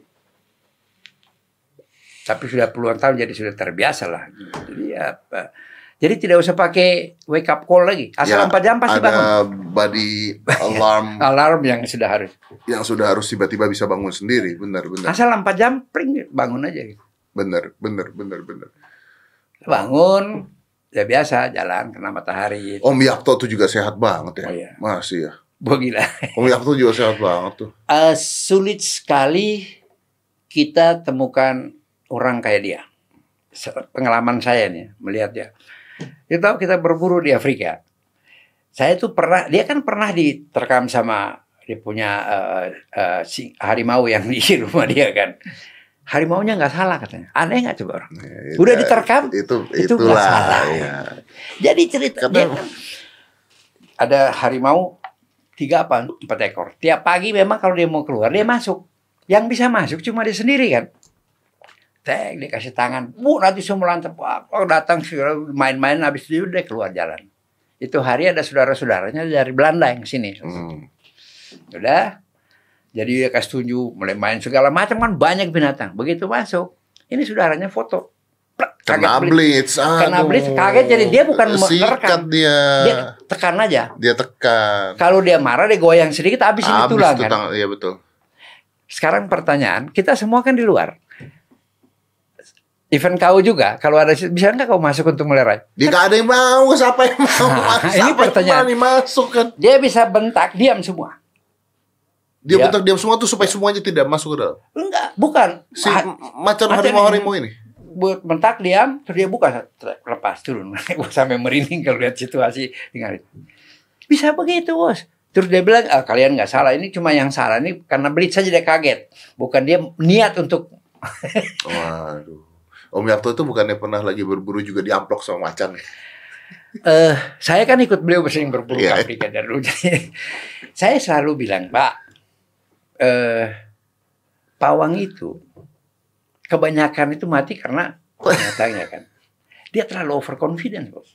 [SPEAKER 2] Tapi sudah puluhan tahun jadi sudah terbiasa lah. Jadi apa? Jadi tidak usah pakai wake up call lagi. Asal 4 jam pasti bangun.
[SPEAKER 1] Ada body alarm.
[SPEAKER 2] Alarm yang sudah harus.
[SPEAKER 1] Yang sudah harus tiba-tiba bisa bangun sendiri. Benar.
[SPEAKER 2] Asal 4 jam, pring, bangun aja.
[SPEAKER 1] Benar.
[SPEAKER 2] Bangun, ya biasa, jalan kena matahari.
[SPEAKER 1] Om Yapto tuh juga sehat banget ya.
[SPEAKER 2] Oh, iya.
[SPEAKER 1] Masih ya.
[SPEAKER 2] Gila.
[SPEAKER 1] Om Yapto juga sehat banget tuh.
[SPEAKER 2] Sulit sekali kita temukan orang kayak dia. Pengalaman saya nih, melihat dia. Kita tahu kita berburu di Afrika. Saya tuh dia kan pernah diterkam sama dia punya harimau yang di rumah dia kan. Harimaunya nggak salah katanya. Aneh nggak coba orang? Udah diterkam, itu nggak salah. Ya. Jadi cerita dia kan, ada harimau 4 ekor. Tiap pagi memang kalau dia mau keluar dia masuk. Yang bisa masuk cuma dia sendiri kan. Dikasih tangan, nanti semua lantai, datang main-main, habis itu udah keluar jalan. Itu hari ada saudara-saudaranya dari Belanda yang sini. Udah, jadi dia kasih tunjuk, mulai main segala macam kan banyak binatang. Begitu masuk, ini saudaranya foto.
[SPEAKER 1] Kena blitz,
[SPEAKER 2] kaget, jadi dia bukan merekam. Dia tekan aja.
[SPEAKER 1] Dia tekan.
[SPEAKER 2] Kalau dia marah, dia goyang sedikit, habis ini tulang kan.
[SPEAKER 1] Iya betul.
[SPEAKER 2] Sekarang pertanyaan, kita semua kan di luar. Even kau juga, kalau ada bisa nggak kau masuk untuk melerai?
[SPEAKER 1] Dia nggak ada yang mau, siapa yang mau?
[SPEAKER 2] Ini pertanyaan.
[SPEAKER 1] Masuk kan?
[SPEAKER 2] Dia bisa bentak, diam semua.
[SPEAKER 1] Dia bentak diam semua tuh supaya semuanya tidak masuk ke dalam.
[SPEAKER 2] Enggak, bukan.
[SPEAKER 1] Si macan harimau ini.
[SPEAKER 2] Buat bentak diam, terus dia buka, lepas turun. Gue sampai merinding kalau lihat situasi. Bisa begitu, bos. Terus dia bilang, kalian nggak salah. Ini cuma yang salah ini karena Blitz saja dia kaget. Bukan dia niat untuk.
[SPEAKER 1] Waduh. Om Yarto itu bukannya pernah lagi berburu juga diamplok sama macan?
[SPEAKER 2] Saya kan ikut beliau sering berburu ke Afrika dari dulu. Jadi, saya selalu bilang, Pak, pawang itu kebanyakan itu mati karena binatangnya kan. Dia terlalu overconfident, bos.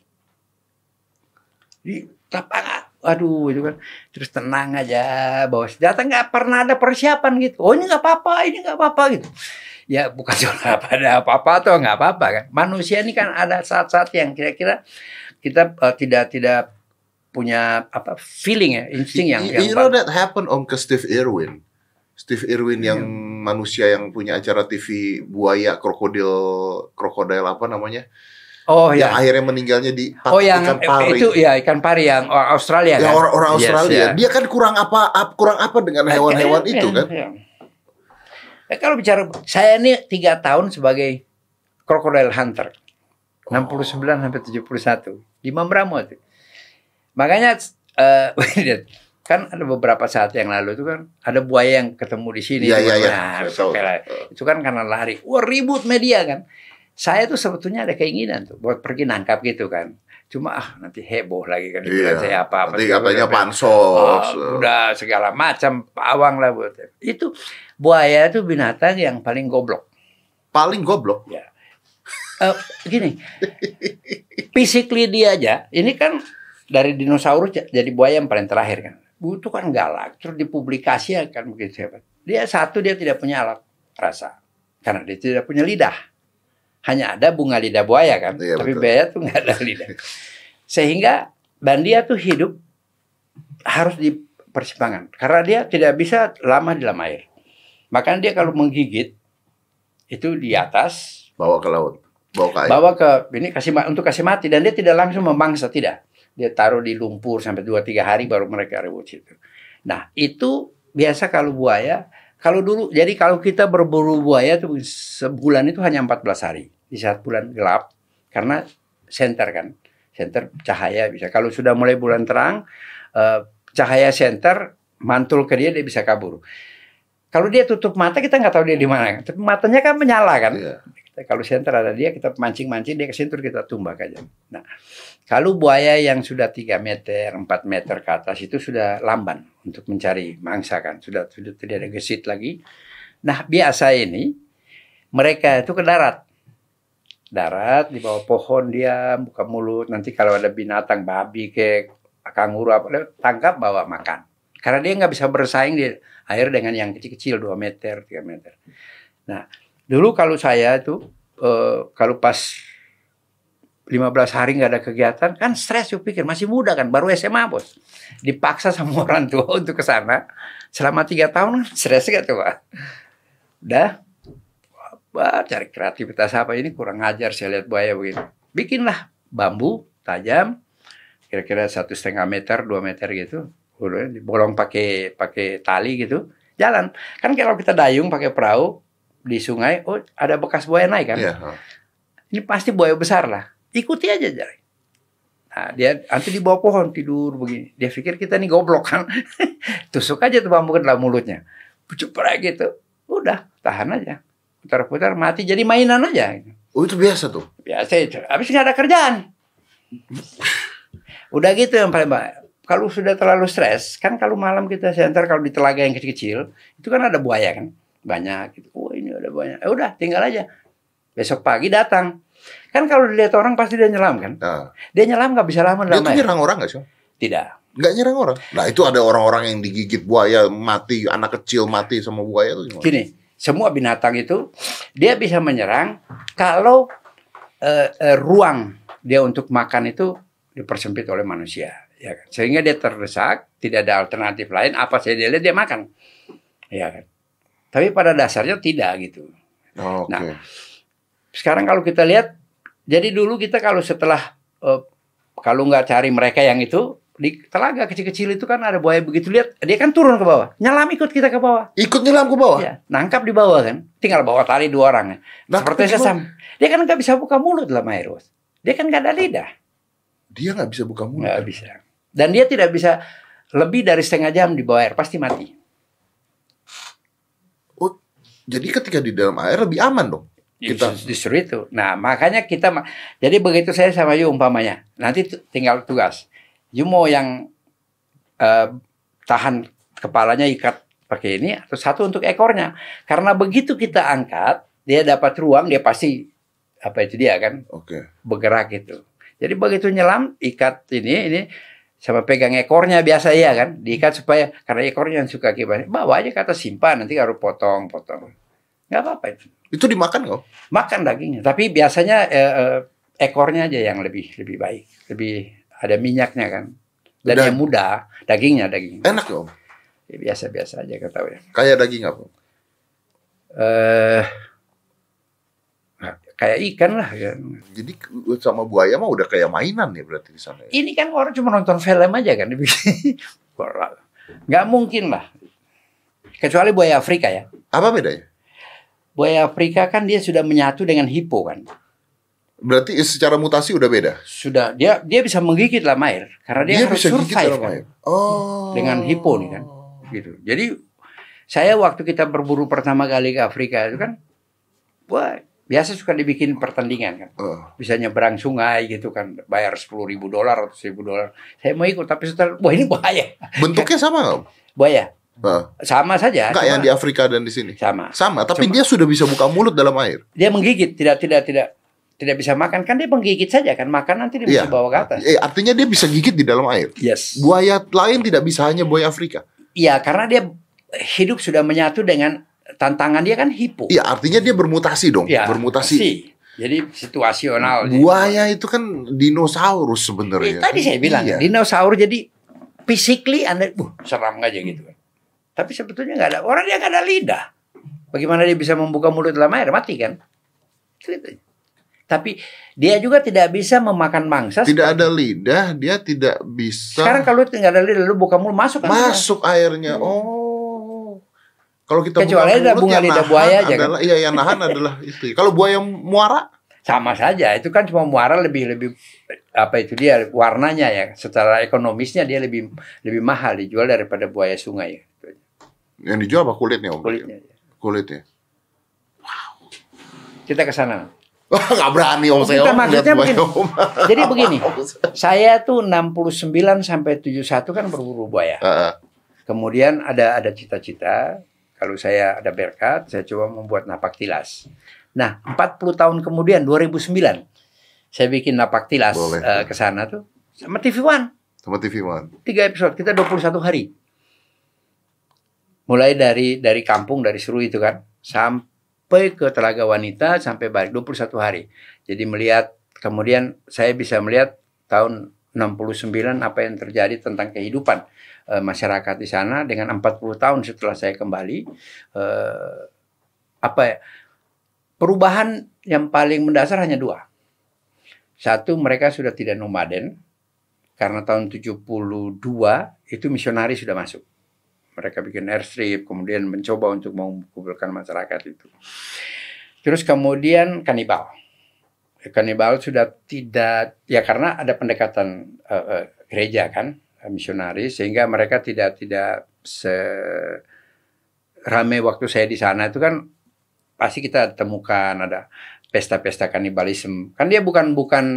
[SPEAKER 2] Di lapangan, aduh itu kan. Terus tenang aja, bahwa senjata nggak pernah ada persiapan gitu. Oh ini nggak apa-apa gitu. Ya bukan cuma ada apa-apa atau nggak apa-apa kan. Manusia ini kan ada saat-saat yang kira-kira kita tidak punya feeling ya, insting yang.
[SPEAKER 1] You know that happened ke Steve Irwin. Steve Irwin yang manusia yang punya acara TV buaya krokodil apa namanya?
[SPEAKER 2] Oh
[SPEAKER 1] yang
[SPEAKER 2] ya.
[SPEAKER 1] akhirnya meninggalnya di
[SPEAKER 2] yang ikan pari. Itu ya ikan pari yang Australia kan.
[SPEAKER 1] Yang orang Australia. Dia kan kurang apa dengan hewan-hewan itu kan?
[SPEAKER 2] Kalau bicara saya ini 3 tahun sebagai crocodile hunter. 69 sampai 71 di Mambramo itu. Makanya kan ada beberapa saat yang lalu itu kan ada buaya yang ketemu di sini.
[SPEAKER 1] Iya.
[SPEAKER 2] Itu kan karena lari. Wah, ribut media kan. Saya tuh sebetulnya ada keinginan tuh buat pergi nangkap gitu kan. Cuma nanti heboh lagi kan. Saya apa-apa.
[SPEAKER 1] Nanti katanya pansos.
[SPEAKER 2] Udah segala macam pawang lah buat. Itu buaya itu binatang yang paling goblok.
[SPEAKER 1] Paling goblok?
[SPEAKER 2] Ya. Gini. Physically dia aja. Ini kan dari dinosaurus jadi buaya yang paling terakhir kan. Itu kan galak. Terus dipublikasikan begitu hebat. Dia tidak punya alat rasa. Karena dia tidak punya lidah. Hanya ada bunga lidah buaya kan.
[SPEAKER 1] Iya,
[SPEAKER 2] tapi
[SPEAKER 1] betul.
[SPEAKER 2] buaya tuh nggak ada lidah. Sehingga dan dia tuh hidup harus di persimpangan. Karena dia tidak bisa lama di dalam air. Makanya dia kalau menggigit itu di atas.
[SPEAKER 1] Bawa ke laut. Bawa ke air.
[SPEAKER 2] Bawa ke ini untuk kasih mati. Dan dia tidak langsung memangsa, tidak. Dia taruh di lumpur sampai 2-3 hari baru mereka rebut situ. Nah itu biasa kalau buaya. Kalau dulu, jadi kalau kita berburu buaya itu sebulan itu hanya 14 hari. Di saat bulan gelap. Karena senter kan. Senter cahaya bisa. Kalau sudah mulai bulan terang, cahaya senter mantul ke dia bisa kabur. Kalau dia tutup mata, kita nggak tahu dia di mana. Tapi matanya kan menyala kan.
[SPEAKER 1] Iya.
[SPEAKER 2] Kalau senter ada dia, kita mancing-mancing, dia kesentur, kita tumbak aja. Nah, kalau buaya yang sudah 3 meter, 4 meter ke atas itu sudah lamban untuk mencari mangsa kan. Sudah tidak ada gesit lagi. Nah, biasa ini mereka itu ke darat. Darat, di bawah pohon dia buka mulut. Nanti kalau ada binatang, babi, kanguru, tangkap, bawa makan. Karena dia nggak bisa bersaing di air dengan yang kecil-kecil, 2 meter, 3 meter. Nah, dulu kalau saya itu, kalau pas 15 hari nggak ada kegiatan, kan stres, saya pikir masih muda kan, baru SMA bos. Dipaksa sama orang tua untuk ke sana. Selama 3 tahun, stres gak tuh Pak? Udah, cari kreativitas apa, ini kurang ajar saya lihat buaya begini. Bikinlah bambu tajam, kira-kira 1,5 meter, 2 meter gitu. Udah dibolong pakai tali gitu. Jalan. Kan kalau kita dayung pakai perahu di sungai, ada bekas buaya naik kan?
[SPEAKER 1] Yeah.
[SPEAKER 2] Ini pasti buaya besar lah. Ikuti aja jari. Nah, dia nanti di bawah pohon tidur begini. Dia pikir kita nih goblok kan. Tusuk aja tuh bambu ke dalam mulutnya. Pucuk-pucuk gitu. Udah, tahan aja. Putar-putar mati jadi mainan aja.
[SPEAKER 1] Oh, itu biasa tuh.
[SPEAKER 2] Biasa itu. Habis nggak ada kerjaan. Udah gitu yang paling baik. Kalau sudah terlalu stres, kan kalau malam kita senter kalau di telaga yang kecil-kecil, itu kan ada buaya kan, banyak gitu. Oh ini ada banyak. Udah tinggal aja. Besok pagi datang. Kan kalau dilihat orang pasti dia nyelam kan.
[SPEAKER 1] Nah.
[SPEAKER 2] Dia nyelam nggak bisa lama.
[SPEAKER 1] Dia tuh nyerang orang nggak sih?
[SPEAKER 2] Tidak.
[SPEAKER 1] Nggak nyerang orang. Nah itu ada orang-orang yang digigit buaya mati, anak kecil mati sama buaya tuh gimana?
[SPEAKER 2] Gini, semua binatang itu dia bisa menyerang kalau ruang dia untuk makan itu dipersempit oleh manusia. Ya kan? Sehingga dia terdesak, tidak ada alternatif lain, apa saja dia lihat dia makan. Ya kan? Tapi pada dasarnya tidak gitu.
[SPEAKER 1] Oh, okay.
[SPEAKER 2] Nah, sekarang kalau kita lihat, jadi dulu kita kalau setelah kalau nggak cari mereka yang itu, di telaga kecil-kecil itu kan ada buaya, begitu lihat dia kan turun ke bawah, nyelam ikut kita ke bawah.
[SPEAKER 1] Ikut nyelam ke bawah?
[SPEAKER 2] Ya, nangkap di bawah kan, tinggal bawa tali 2 orang. Seperti sesam. Dia kan nggak bisa buka mulut dalam air, Bos. Dia kan nggak ada lidah.
[SPEAKER 1] Dia nggak bisa buka mulut?
[SPEAKER 2] Nggak bisa. Dan dia tidak bisa lebih dari setengah jam di bawah air, pasti mati.
[SPEAKER 1] Oh, jadi ketika di dalam air lebih aman dong? Kita
[SPEAKER 2] Justru itu. Nah, makanya kita, jadi begitu saya sama you umpamanya, nanti tinggal tugas. You mau yang tahan kepalanya ikat pakai ini, atau satu untuk ekornya. Karena begitu kita angkat, dia dapat ruang, dia pasti apa itu dia kan, bergerak gitu. Jadi begitu nyelam, ikat ini sama pegang ekornya biasa ya kan, diikat supaya karena ekornya yang suka kipas, bawa aja ke atas simpan, nanti harus potong. Nggak apa-apa itu.
[SPEAKER 1] Itu dimakan kok?
[SPEAKER 2] Makan dagingnya, tapi biasanya ekornya aja yang lebih baik, lebih ada minyaknya kan. Dan yang muda, daging.
[SPEAKER 1] Enak ya, Om?
[SPEAKER 2] Biasa-biasa aja kata ya.
[SPEAKER 1] Kayak daging apa?
[SPEAKER 2] Kayak ikan lah ya.
[SPEAKER 1] Jadi sama buaya mah udah kayak mainan ya berarti di sana. Ya?
[SPEAKER 2] Ini kan orang cuma nonton film aja kan. Nggak mungkin lah. Kecuali buaya Afrika ya.
[SPEAKER 1] Apa bedanya?
[SPEAKER 2] Buaya Afrika kan dia sudah menyatu dengan hipo kan.
[SPEAKER 1] Berarti secara mutasi udah beda?
[SPEAKER 2] Sudah, dia bisa menggigit dalam air. Karena dia harus
[SPEAKER 1] bisa
[SPEAKER 2] survive kan.
[SPEAKER 1] Air. Oh.
[SPEAKER 2] Dengan hipo nih kan. Gitu. Jadi saya waktu kita berburu pertama kali ke Afrika itu kan, wah, biasa suka dibikin pertandingan kan. Bisa nyeberang sungai gitu kan, bayar $10.000 atau $1.000. Saya mau ikut, tapi setelah, wah ini bahaya.
[SPEAKER 1] Bentuknya sama nggak?
[SPEAKER 2] Buaya. Sama saja.
[SPEAKER 1] Enggak, yang di Afrika dan di sini.
[SPEAKER 2] Sama,
[SPEAKER 1] tapi dia sudah bisa buka mulut dalam air.
[SPEAKER 2] Dia menggigit, tidak bisa makan kan, dia menggigit saja kan, makan nanti dia bisa bawa ke atas.
[SPEAKER 1] Artinya dia bisa gigit di dalam air.
[SPEAKER 2] Yes.
[SPEAKER 1] Buaya lain tidak bisa, hanya buaya Afrika.
[SPEAKER 2] Iya, karena dia hidup sudah menyatu dengan tantangan dia kan hipo.
[SPEAKER 1] Iya, artinya dia bermutasi dong,
[SPEAKER 2] ya,
[SPEAKER 1] bermutasi.
[SPEAKER 2] Jadi situasional.
[SPEAKER 1] Buaya itu kan dinosaurus sebenarnya.
[SPEAKER 2] Tadi saya bilang dinosaurus, jadi physically Anda seram aja gitu kan. Tapi sebetulnya nggak ada, orang dia nggak ada lidah. Bagaimana dia bisa membuka mulut dalam air, mati kan? Gitu. Tapi dia juga tidak bisa memakan mangsa.
[SPEAKER 1] Tidak ada lidah, dia tidak bisa.
[SPEAKER 2] Sekarang kalau tidak ada lidah, lu buka mulut, masuk
[SPEAKER 1] airnya. Oh. Kalau kita
[SPEAKER 2] kecuali ada bunga lidah buaya aja
[SPEAKER 1] adalah,
[SPEAKER 2] kan?
[SPEAKER 1] Iya, yang nahan adalah itu. Kalau buaya muara?
[SPEAKER 2] Sama saja, itu kan cuma muara lebih apa itu dia warnanya ya. Secara ekonomisnya dia lebih mahal dijual daripada buaya sungai.
[SPEAKER 1] Yang dijual apa kulitnya, Om?
[SPEAKER 2] Kulitnya. Wow. Kita ke sana.
[SPEAKER 1] Nggak berani, Om. Saya
[SPEAKER 2] maksudnya begini. Jadi begini, saya tuh 69 sampai 71 kan berburu buaya. Kemudian ada cita-cita, kalau saya ada berkat, saya coba membuat napak tilas. Nah, 40 tahun kemudian, 2009, saya bikin napak tilas ke sana tuh sama TV One.
[SPEAKER 1] Sama TV One.
[SPEAKER 2] 3 episode, kita 21 hari. Mulai dari kampung, dari Seru itu kan, sampai ke Telaga Wanita, sampai balik 21 hari. Jadi melihat, kemudian saya bisa melihat tahun 69 apa yang terjadi tentang kehidupan masyarakat di sana dengan 40 tahun setelah saya kembali. Perubahan yang paling mendasar hanya 2. Satu, mereka sudah tidak nomaden, karena tahun 72 itu misionari sudah masuk. Mereka bikin airstrip, kemudian mencoba untuk mengumpulkan masyarakat itu. Terus kemudian kanibal. Kanibal sudah tidak, ya karena ada pendekatan gereja kan, misionari, sehingga mereka tidak seramai waktu saya di sana itu kan pasti kita temukan ada pesta-pesta kanibalisme. Kan dia bukan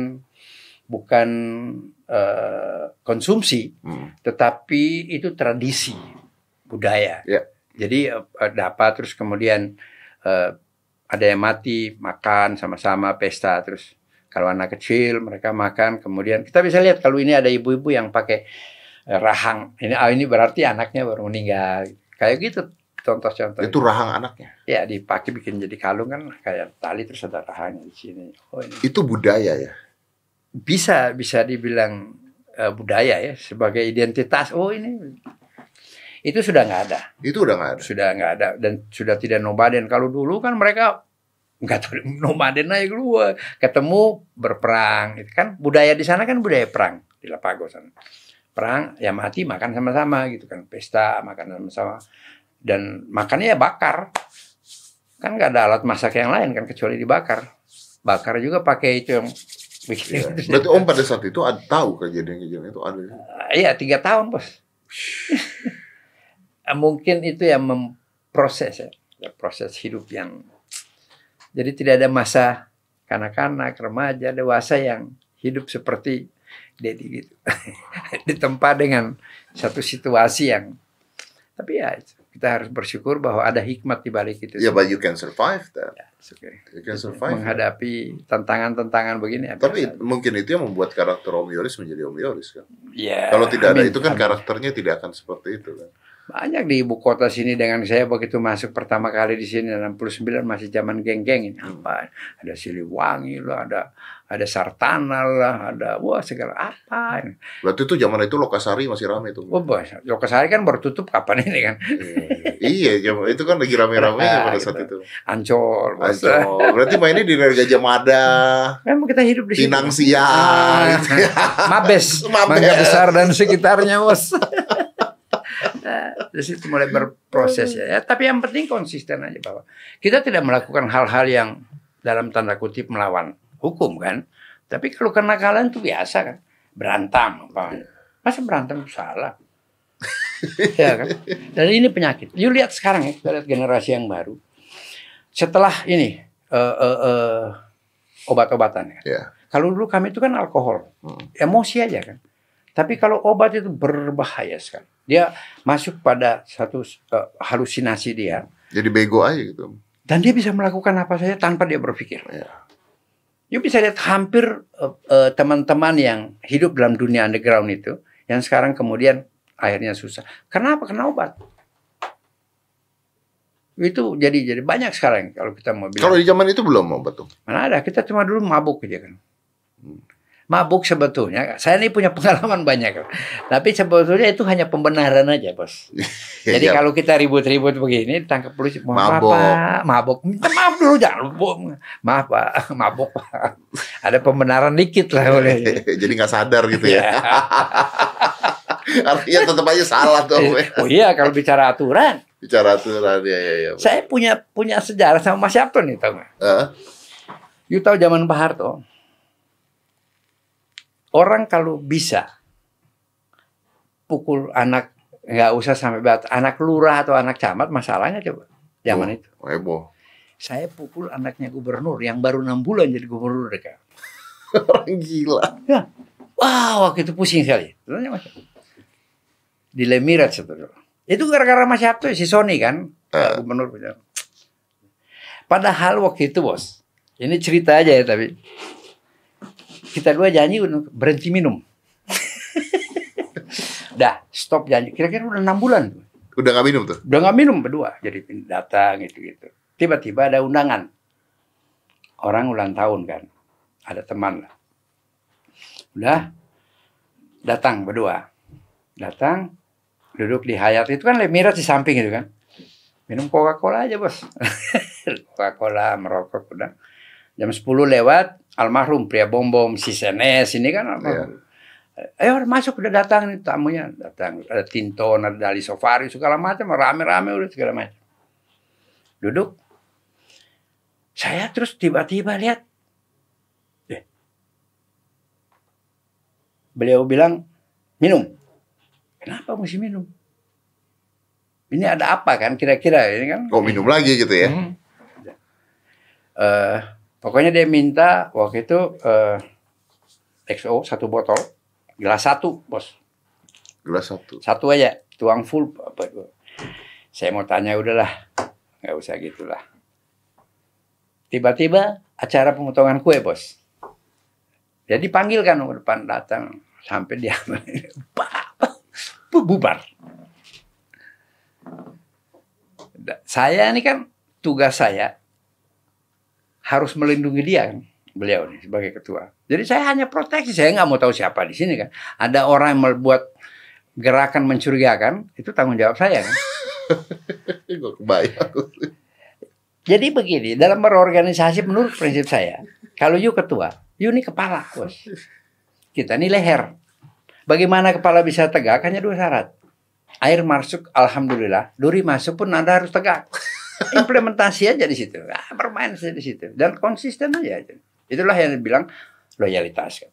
[SPEAKER 2] konsumsi, tetapi itu tradisi. Budaya. Jadi dapat, terus kemudian ada yang mati, makan sama-sama, pesta, terus kalau anak kecil mereka makan, kemudian kita bisa lihat kalau ini ada ibu-ibu yang pakai rahang, ini berarti anaknya baru meninggal, kayak gitu contoh-contoh.
[SPEAKER 1] Itu rahang anaknya?
[SPEAKER 2] Ya, dipakai bikin jadi kalung kan, kayak tali terus ada rahangnya di sini. Ini.
[SPEAKER 1] Itu budaya ya?
[SPEAKER 2] Bisa dibilang budaya ya, sebagai identitas. Ini. Itu sudah nggak ada.
[SPEAKER 1] Itu udah nggak ada.
[SPEAKER 2] Sudah nggak ada dan sudah tidak nomaden. Kalau dulu kan mereka nggak tahu nomaden aja ketemu berperang. Itu kan budaya di sana kan budaya perang di Lapago sana. perang ya mati makan sama-sama gitu kan, pesta makan sama-sama, dan makannya ya bakar, kan nggak ada alat masak yang lain kan kecuali dibakar, bakar juga pakai itu yang bikin.
[SPEAKER 1] Ya. Berarti Om pada saat itu tahu kejadian-kejadian itu ada?
[SPEAKER 2] Iya 3 tahun bos. Mungkin itu yang memproses ya, proses hidup yang, jadi tidak ada masa kanak-kanak, remaja, dewasa yang hidup seperti Dedi gitu. Ditempa dengan satu situasi yang, tapi ya kita harus bersyukur bahwa ada hikmat di balik itu.
[SPEAKER 1] Ya, but you can survive that.
[SPEAKER 2] Ya, okay.
[SPEAKER 1] You can survive
[SPEAKER 2] menghadapi tantangan-tantangan begini.
[SPEAKER 1] Tapi mungkin itu yang membuat karakter Om Yoris menjadi Om Yoris kan.
[SPEAKER 2] Ya,
[SPEAKER 1] kalau tidak ada itu kan karakternya tidak akan seperti itu kan.
[SPEAKER 2] Banyak di ibu kota sini dengan saya begitu masuk pertama kali di sini 69 masih zaman geng-geng ini. Apa? Ada Siliwangi lah, ada Sartana lah, ada wah segala apa.
[SPEAKER 1] Berarti itu zaman itu Lokasari masih ramai tuh.
[SPEAKER 2] Oh, bos, Lokasari kan baru tutup kapan ini kan?
[SPEAKER 1] Iya, itu kan lagi rame-ramenya pada saat itu.
[SPEAKER 2] Ancol, bos.
[SPEAKER 1] Ancol. Berarti mainnya di daerah Gajah Mada.
[SPEAKER 2] Memang kita hidup di sini.
[SPEAKER 1] Pinang Siang. Gitu.
[SPEAKER 2] Mabes, Mangga Besar dan sekitarnya, bos. Dari situ mulai berproses ya. Tapi yang penting konsisten aja bahwa kita tidak melakukan hal-hal yang dalam tanda kutip melawan hukum kan. Tapi kalau kenakalan itu biasa kan. Berantem apa. Masa berantem itu salah. Ya kan. Dan ini penyakit. You lihat sekarang ya, kita lihat generasi yang baru. Setelah ini obat-obatan kan.
[SPEAKER 1] Yeah.
[SPEAKER 2] Kalau dulu kami itu kan alkohol. Emosi aja kan. Tapi kalau obat itu berbahaya sekali. Dia masuk pada satu halusinasi dia.
[SPEAKER 1] Jadi bego aja gitu.
[SPEAKER 2] Dan dia bisa melakukan apa saja tanpa dia berpikir.
[SPEAKER 1] Ya.
[SPEAKER 2] You bisa lihat hampir teman-teman yang hidup dalam dunia underground itu, yang sekarang kemudian akhirnya susah. Kenapa? Kena obat. Itu jadi banyak sekarang kalau kita mau bilang.
[SPEAKER 1] Kalau di zaman itu belum obat tuh.
[SPEAKER 2] Mana ada? Kita cuma dulu mabuk aja kan. Mabuk sebetulnya, saya ini punya pengalaman banyak, tapi sebetulnya itu hanya pembenaran aja, bos. Jadi kalau kita ribut-ribut begini, ditangkap polisi, maaf Pak, mabuk, minta maaf dulu jangan, maaf Pak, mabuk Pak. Ada pembenaran dikit lah boleh.
[SPEAKER 1] Jadi nggak sadar gitu ya. Artinya tetap aja salah tuh.
[SPEAKER 2] Oh iya, kalau bicara aturan.
[SPEAKER 1] Bicara aturan ya.
[SPEAKER 2] Saya punya sejarah sama Mas Yapto nih, tahu nggak? You tahu zaman Pak Harto? Orang kalau bisa pukul anak, nggak usah sampai anak lurah atau anak camat, masalahnya coba zaman itu.
[SPEAKER 1] Heboh.
[SPEAKER 2] Saya pukul anaknya gubernur yang baru 6 bulan jadi gubernur mereka.
[SPEAKER 1] Orang gila.
[SPEAKER 2] Ya. Wah, waktu itu pusing sekali. Di Lemirat sebetulnya. Itu gara-gara Mas Yapto, si Sony kan, gubernur. Padahal waktu itu bos, ini cerita aja ya tapi. Kita dua janji untuk berhenti minum. Udah, stop janji. Kira-kira udah 6 bulan.
[SPEAKER 1] Udah gak minum tuh?
[SPEAKER 2] Udah gak minum berdua. Jadi datang gitu-gitu. Tiba-tiba ada undangan. Orang ulang tahun kan. Ada teman lah. Udah, datang berdua. Datang, duduk di Hayat. Itu kan Lemirat di samping itu kan. Minum Coca-Cola aja bos. Coca-Cola, merokok udah. Jam 10 lewat, almarhum pria bom si Senes ini kan almarhum. Yeah. Ayo masuk, udah datang nih tamunya, datang. Ada Tinton, ada Dali Sofari, segala macam, rame-rame udah segala macam. Duduk. Saya terus tiba-tiba lihat. Beliau bilang, minum. Kenapa mesti minum? Ini ada apa kan kira-kira ini kan?
[SPEAKER 1] Oh, minum lagi gitu ya?
[SPEAKER 2] Pokoknya dia minta waktu itu XO 1 botol, gelas 1 bos.
[SPEAKER 1] Gelas 1.
[SPEAKER 2] 1 aja, tuang full apa itu. Saya mau tanya udahlah, nggak usah gitulah. Tiba-tiba acara pemotongan kue bos. Jadi panggil kan ke depan, datang sampai dia bubar. Saya ini kan tugas saya harus melindungi dia kan, beliau nih sebagai ketua. Jadi saya hanya proteksi, saya nggak mau tahu siapa di sini kan. Ada orang yang membuat gerakan mencurigakan, itu tanggung jawab saya kan.
[SPEAKER 1] Gue kebayang.
[SPEAKER 2] Jadi begini, dalam berorganisasi menurut prinsip saya, kalau you ketua, you ini kepala bos. Kita ini leher. Bagaimana kepala bisa tegak? Hanya 2 syarat. Air masuk, alhamdulillah. Duri masuk pun Anda harus tegak. Implementasi aja di situ. Bermain saja di situ. Dan konsisten aja. Itulah yang dibilang loyalitas.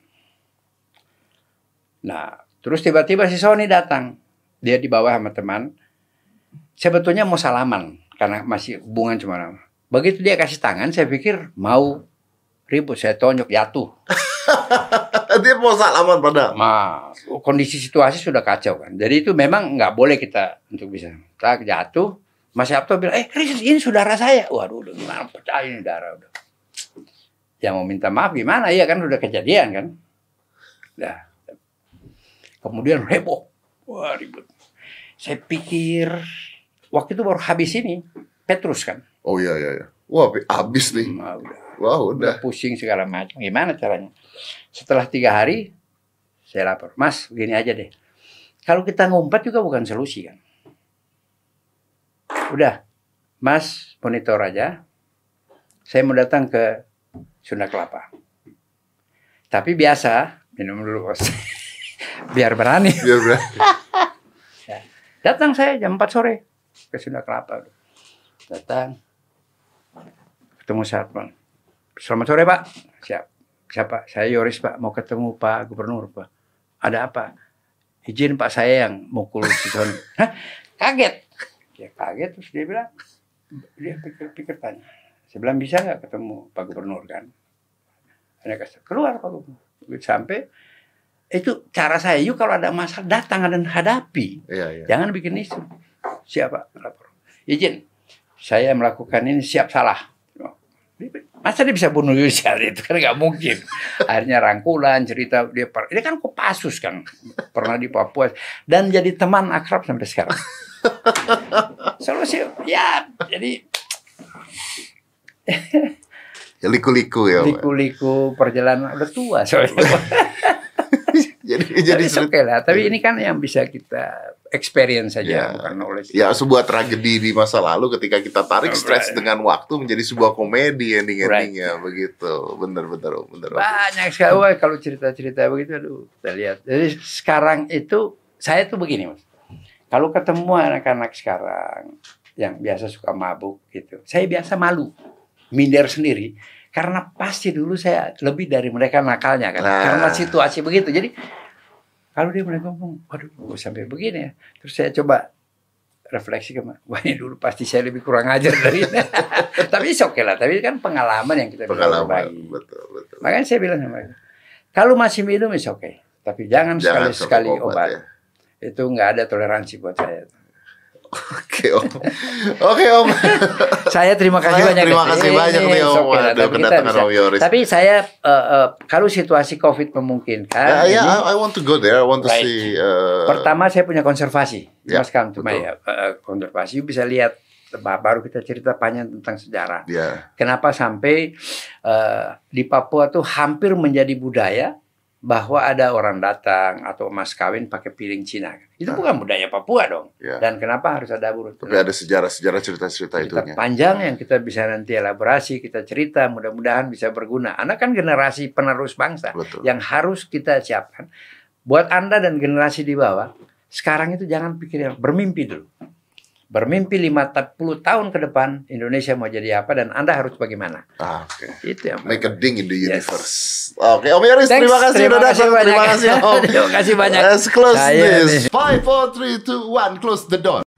[SPEAKER 2] Nah, terus tiba-tiba si Sony datang. Dia di bawah sama teman. Sebetulnya mau salaman. Karena masih hubungan cuma nama. Begitu dia kasih tangan, saya pikir mau ribut. Saya tonjok, jatuh.
[SPEAKER 1] Dia mau salaman padahal.
[SPEAKER 2] Nah, kondisi situasi sudah kacau kan. Jadi itu memang nggak boleh kita untuk bisa. Tak jatuh. Mas Sabto bilang, Riz, ini saudara saya. Waduh, udah gimana pecah ini darah. Udah. Yang mau minta maaf gimana? Iya kan udah kejadian kan. Nah. Kemudian heboh. Wah ribut. Saya pikir waktu itu baru habis ini. Petrus kan.
[SPEAKER 1] Oh iya. Wah habis nih.
[SPEAKER 2] Nah,
[SPEAKER 1] udah
[SPEAKER 2] pusing segala macam. Gimana caranya? Setelah 3 hari, saya lapor. Mas, begini aja deh. Kalau kita ngumpet juga bukan solusi kan. Udah, Mas monitor aja. Saya mau datang ke Sunda Kelapa. Tapi biasa, minum dulu bos. Biar berani. Ya. Datang saya jam 4 sore ke Sunda Kelapa. Datang. Ketemu Satpam. Selamat sore Pak. Siapa? Saya Yoris Pak. Mau ketemu Pak Gubernur Pak. Ada apa? Izin Pak saya yang mukul si Sony. Hah? Kaget. Dia kaget terus dia bilang. Dia pikir tanya. Saya bilang bisa nggak ketemu Pak Gubernur kan? Dia kasih keluar Pak Gubernur. Sampai itu cara saya. Yuk kalau ada masalah datang dan hadapi.
[SPEAKER 1] Iya.
[SPEAKER 2] Jangan bikin isu. Siapa? Lapor. Izin. Saya melakukan ini siap salah. Masa dia bisa bunuh Yusya? Itu kan nggak mungkin. Akhirnya rangkulan cerita dia kan Kopassus kan pernah di Papua dan jadi teman akrab sampai sekarang. Solusi ya jadi
[SPEAKER 1] ya liku-liku ya.
[SPEAKER 2] Liku-liku perjalanan udah tua soalnya. jadi oke lah. Tapi ini kan yang bisa kita experience saja, bukan knowledge.
[SPEAKER 1] Ya sebuah tragedi di masa lalu ketika kita tarik stretch dengan waktu menjadi sebuah komedi ending-endingnya begitu. Bener.
[SPEAKER 2] Banyak sekali kalau cerita-cerita begitu, aduh, kita lihat. Jadi sekarang itu saya tuh begini mas. Kalau ketemu anak-anak sekarang yang biasa suka mabuk gitu, saya biasa malu, minder sendiri. Karena pasti dulu saya lebih dari mereka nakalnya kan. Karena situasi begitu. Jadi kalau dia mulai ngomong, waduh kok sampai begini ya. Terus saya coba refleksi kemana. Wah ini dulu pasti saya lebih kurang ajar dari ini. Tapi oke lah. Tapi kan pengalaman yang kita bisa berbagi.
[SPEAKER 1] Betul.
[SPEAKER 2] Makanya saya bilang sama mereka. Kalau masih minum oke. Tapi jangan sekali-sekali obat. Ya. Itu nggak ada toleransi buat saya.
[SPEAKER 1] Oke om.
[SPEAKER 2] Saya terima kasih banyak.
[SPEAKER 1] Terima kasih banyak nih om. Kedatangan Om Yoris.
[SPEAKER 2] Tapi saya kalau situasi COVID memungkinkan.
[SPEAKER 1] I want to go there. I want to see.
[SPEAKER 2] Pertama saya punya konservasi. Mas come to my konservasi. You bisa lihat. Baru kita cerita panjang tentang sejarah. Kenapa sampai di Papua tuh hampir menjadi budaya. Bahwa ada orang datang atau mas kawin pakai piring Cina. Itu bukan budaya Papua dong. Dan kenapa harus ada burut?
[SPEAKER 1] Tapi ada sejarah cerita-cerita itu.
[SPEAKER 2] Panjang yang kita bisa nanti elaborasi, kita cerita, mudah-mudahan bisa berguna. Anda kan generasi penerus bangsa. Yang harus kita siapkan. Buat Anda dan generasi di bawah, sekarang itu jangan pikir bermimpi dulu. Bermimpi 50 tahun ke depan Indonesia mau jadi apa dan Anda harus bagaimana. Itu yang
[SPEAKER 1] make a ding in the universe. Oke, Om Yoris, terima kasih sudah datang. Terima kasih Om.
[SPEAKER 2] Terima kasih banyak.
[SPEAKER 1] Let's close this. 5, 4, 3, 2, 1, close the door.